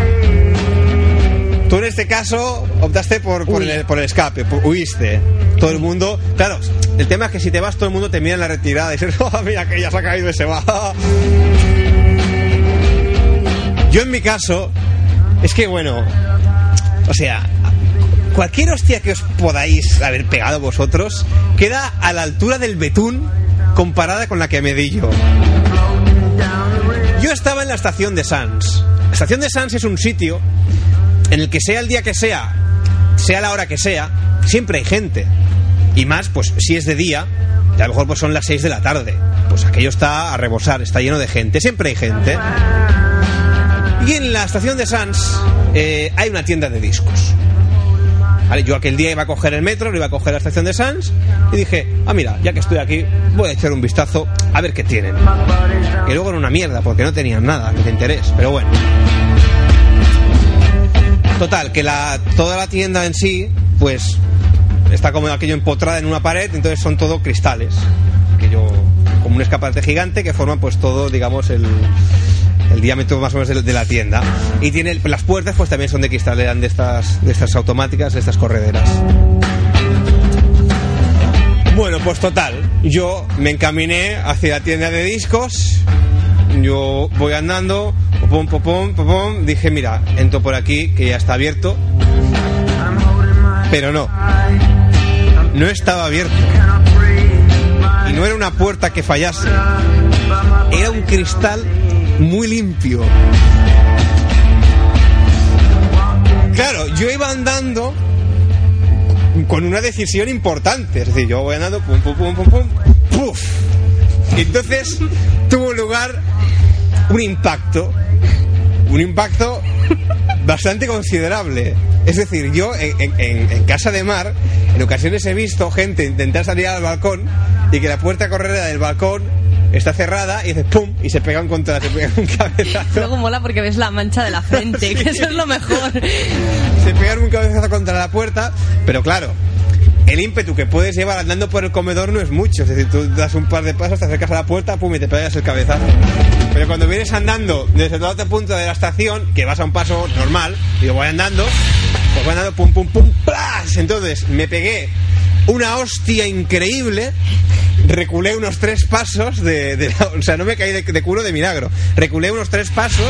Tú en este caso optaste por, por, el, por el escape, por- huiste. Todo el mundo, claro, el tema es que si te vas todo el mundo te mira en la retirada y dices, oh, mira que ya se ha caído y se va. Yo en mi caso, es que bueno, o sea, cualquier hostia que os podáis haber pegado vosotros queda a la altura del betún comparada con la que me di yo. Yo estaba en la estación de Sans. La estación de Sans es un sitio en el que sea el día que sea, sea la hora que sea, siempre hay gente. Y más, pues si es de día, y a lo mejor pues son las seis de la tarde, pues aquello está a rebosar, está lleno de gente, siempre hay gente. Y en la estación de Sans eh, hay una tienda de discos. Vale, yo aquel día iba a coger el metro, lo iba a coger a la estación de Sans y dije, ah mira, ya que estoy aquí, voy a echar un vistazo a ver qué tienen. Y luego era una mierda porque no tenían nada de interés, pero bueno. Total, que la toda la tienda en sí, pues está como aquello empotrada en una pared, entonces son todo cristales, aquello como un escaparate gigante que forman pues todo, digamos, el, el diámetro más o menos de, de la tienda. Y tiene las puertas, pues también son de cristal, eran de estas, de estas automáticas, de estas correderas. Bueno, pues total, yo me encaminé hacia la tienda de discos. Yo voy andando, popom, popom, popom, dije, mira, entro por aquí, que ya está abierto. Pero no, no estaba abierto. Y no era una puerta que fallase, era un cristal muy limpio. Claro, yo iba andando con una decisión importante, es decir, yo voy andando pum pum pum pum pum puf. Y entonces tuvo lugar un impacto, un impacto bastante considerable. Es decir, yo en, en, en casa de mar, en ocasiones he visto gente intentar salir al balcón y que la puerta corredera del balcón está cerrada y dice pum y se pegan contra, se pegan un cabezazo. Luego mola porque ves la mancha de la frente, sí. Que eso es lo mejor. Se pegan un cabezazo contra la puerta, pero claro, el ímpetu que puedes llevar andando por el comedor no es mucho. Es decir, tú das un par de pasos, te acercas a la puerta, pum, y te pegas el cabezazo. Pero cuando vienes andando desde todo otro punto de la estación, que vas a un paso normal, y yo voy andando, pues voy andando, pum, pum, pum, ¡plas! Entonces me pegué una hostia increíble, reculé unos tres pasos de... de la, o sea, no me caí de, de culo de milagro. Reculé unos tres pasos...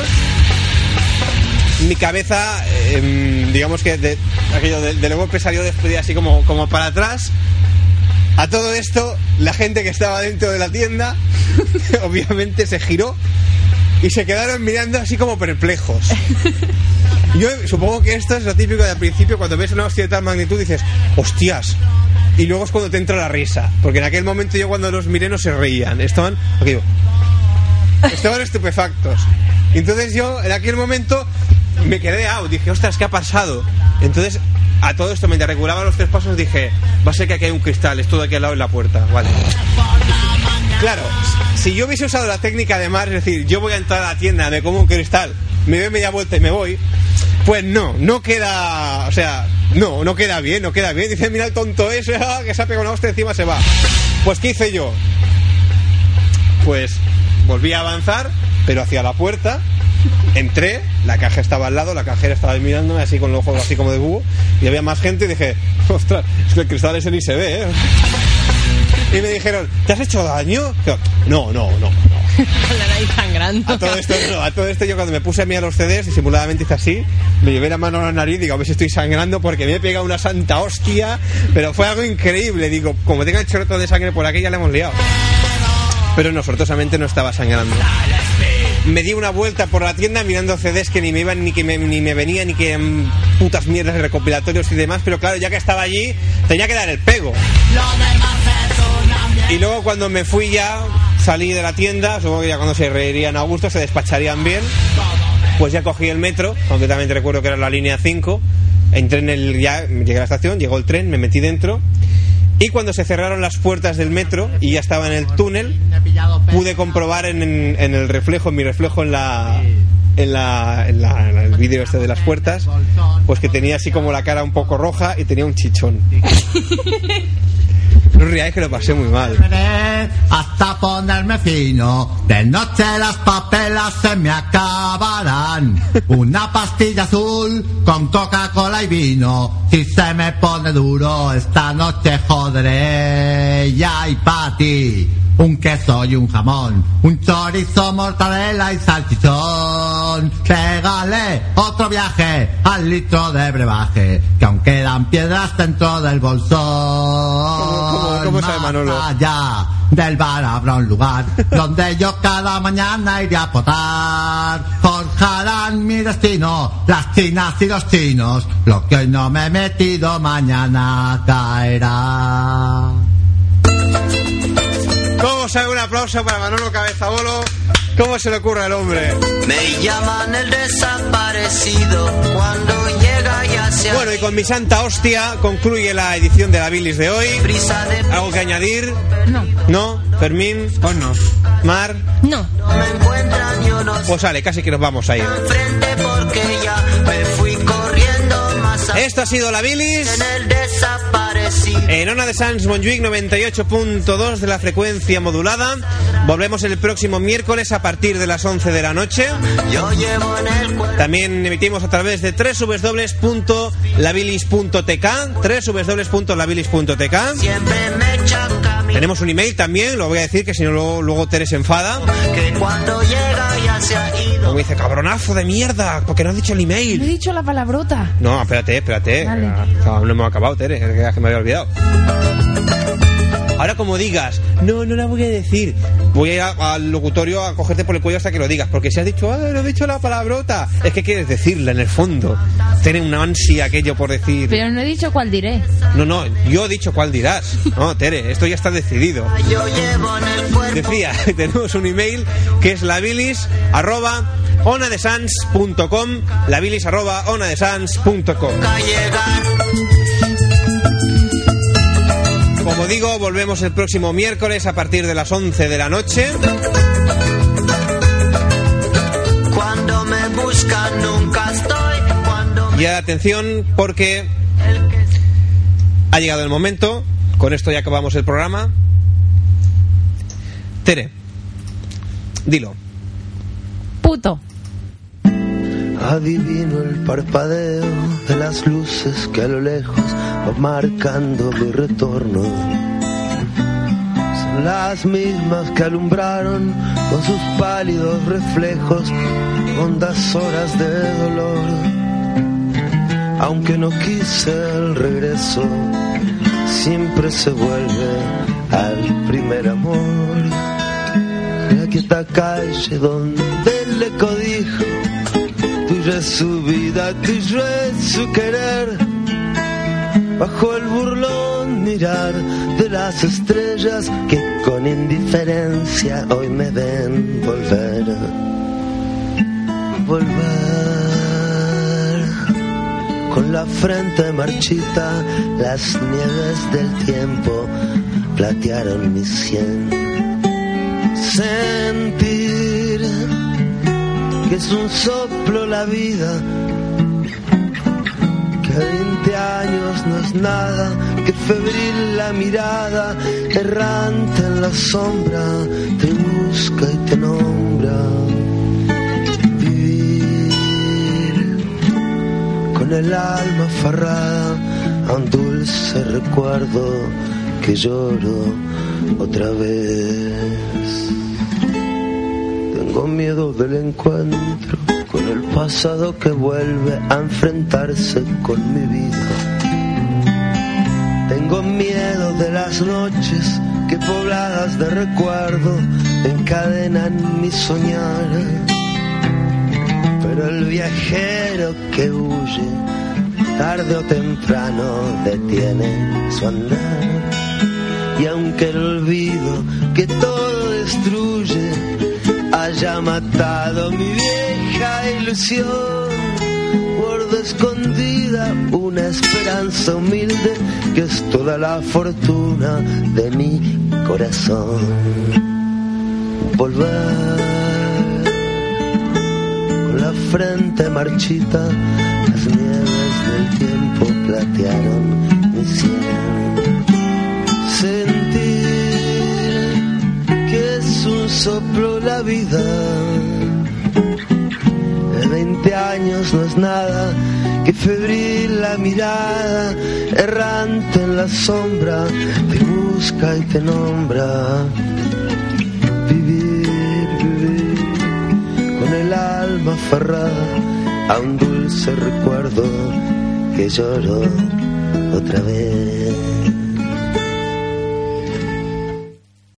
Mi cabeza, eh, digamos que de, aquello de, de golpe salió despedida así como, como para atrás. A todo esto, la gente que estaba dentro de la tienda, obviamente se giró y se quedaron mirando así como perplejos. Yo supongo que esto es lo típico de al principio, cuando ves una hostia de tal magnitud dices, hostias. Y luego es cuando te entra la risa, porque en aquel momento yo cuando los miré no se reían, estaban, aquello, estaban estupefactos. Entonces yo en aquel momento me quedé out, dije, ostras, ¿qué ha pasado? Entonces, a todo esto, mientras regulaba los tres pasos, dije, va a ser que aquí hay un cristal, esto de aquí al lado en la puerta, vale. Claro, si yo hubiese usado la técnica de mar, es decir, yo voy a entrar a la tienda, me como un cristal, me doy media vuelta y me voy, pues no, no queda, o sea, no, no queda bien, no queda bien. Dice, mira el tonto ese, que se ha pegado una hostia, encima se va. Pues, ¿qué hice yo? Pues, volví a avanzar, pero hacia la puerta. Entré, la caja estaba al lado, la cajera estaba mirándome así con los ojos así como de búho, y había más gente y dije, ostras, es que el cristal ese ni se ve, ¿eh? Y me dijeron, ¿te has hecho daño? Yo, no, no, no, no. Con la nariz sangrando. A todo esto, no, a todo esto yo cuando me puse a mirar los C Ds, disimuladamente hice así, me llevé la mano a la nariz y digo, a ver si estoy sangrando porque me he pegado una santa hostia, pero fue algo increíble, digo, como tenga el chorro de sangre por aquí ya le hemos liado. Pero no, forzosamente no estaba sangrando. Me di una vuelta por la tienda mirando C Ds que ni me iban, ni que me, ni me venían, ni que um, putas mierdas de recopilatorios y demás, pero claro, ya que estaba allí, tenía que dar el pego. Y luego cuando me fui ya, salí de la tienda, supongo que ya cuando se reirían a gusto, se despacharían bien, pues ya cogí el metro, concretamente recuerdo que era la línea cinco, entré en el, ya llegué a la estación, llegó el tren, me metí dentro. Y cuando se cerraron las puertas del metro y ya estaba en el túnel, pude comprobar en, en, en el reflejo, en mi reflejo en la, en la, en la, en el vídeo este de las puertas, pues que tenía así como la cara un poco roja y tenía un chichón. No os riáis que lo pasé muy mal. Hasta ponerme fino, de noche las papelas se me acabarán. Una pastilla azul con Coca-Cola y vino. Si se me pone duro, esta noche joderé. Ya hay pa' ti un queso y un jamón, un chorizo, mortadela y salchichón. Pégale otro viaje al litro de brebaje, que aún quedan piedras dentro del bolsón. ¿Cómo, cómo sabe Manolo? Más allá del bar habrá un lugar donde yo cada mañana iré a potar. Forjarán mi destino las chinas y los chinos. Lo que hoy no me he metido mañana caerá. ¿Cómo sabe? Un aplauso para Manolo Cabezabolo. ¿Cómo se le ocurre al hombre? Me llaman el desaparecido cuando llega ya se... Bueno, y con mi santa hostia concluye la edición de la Bilis de hoy. ¿Algo que añadir? No. ¿No? ¿Fermín? Pues no. ¿Mar? No. Pues sale, casi que nos vamos a ir. Porque ya me fui corriendo más a... Esto ha sido la Bilis en el desaparecido. en Ona de Sans Montjuic noventa y ocho punto dos de la frecuencia modulada. Volvemos el próximo miércoles a partir de las once de la noche. Yo llevo en el cuerpo. También emitimos a través de doble u doble u doble u punto la bilis punto t k, doble u doble u doble u punto la bilis punto t k. Siempre me echa camino. Tenemos un email también, lo voy a decir que si no luego, luego Tere se enfada. Que cuando llega ya se ha ido. Me dice, cabronazo de mierda, porque no has dicho el email. No he dicho la palabrota. No, espérate, espérate. Vale. No, no hemos acabado, Tere, es que me había olvidado. Ahora como digas, no, no la voy a decir, voy a ir a, al locutorio a cogerte por el cuello hasta que lo digas, porque si has dicho, ah, no he dicho la palabrota, es que quieres decirla en el fondo. Tiene una ansia aquello por decir. Pero no he dicho cuál diré. No, no, yo he dicho cuál dirás. No, Tere, esto ya está decidido. Yo llevo en el cuerpo. Decía, tenemos un email que es labilis arroba onadesans punto com, labilis arroba onadesans punto com. Como digo, volvemos el próximo miércoles a partir de las once de la noche. Cuando me buscan nunca estoy. Cuando Y atención, porque ha llegado el momento. Con esto ya acabamos el programa. Tere, dilo. Puto. Adivino el parpadeo de las luces que a lo lejos van marcando mi retorno. Son las mismas que alumbraron con sus pálidos reflejos hondas horas de dolor. Aunque no quise el regreso, siempre se vuelve al primer amor. La quieta calle donde le codijo, tuya es su vida, tuyo es su querer. Bajo el burlón mirar de las estrellas que con indiferencia hoy me ven volver. Volver. Con la frente marchita, las nieves del tiempo platearon mi sien. Sentir que es un soplo la vida, que veinte años no es nada, que febril la mirada, errante en la sombra, te busca y te nombra. Vivir con el alma aferrada a un dulce recuerdo que lloro otra vez. Tengo miedo del encuentro con el pasado que vuelve a enfrentarse con mi vida. Tengo miedo de las noches que pobladas de recuerdo encadenan mi soñar. Pero el viajero que huye, tarde o temprano detiene su andar. Y aunque el olvido que todo destruye haya matado mi vieja ilusión, guardo escondida una esperanza humilde que es toda la fortuna de mi corazón. Volver con la frente marchita, las nieves del tiempo platearon mi sien. Sentir que es un soplo la vida, de veinte años no es nada, que febril la mirada, errante en la sombra, te busca y te nombra. Vivir, vivir, con el alma aferrada a un dulce recuerdo que lloro otra vez.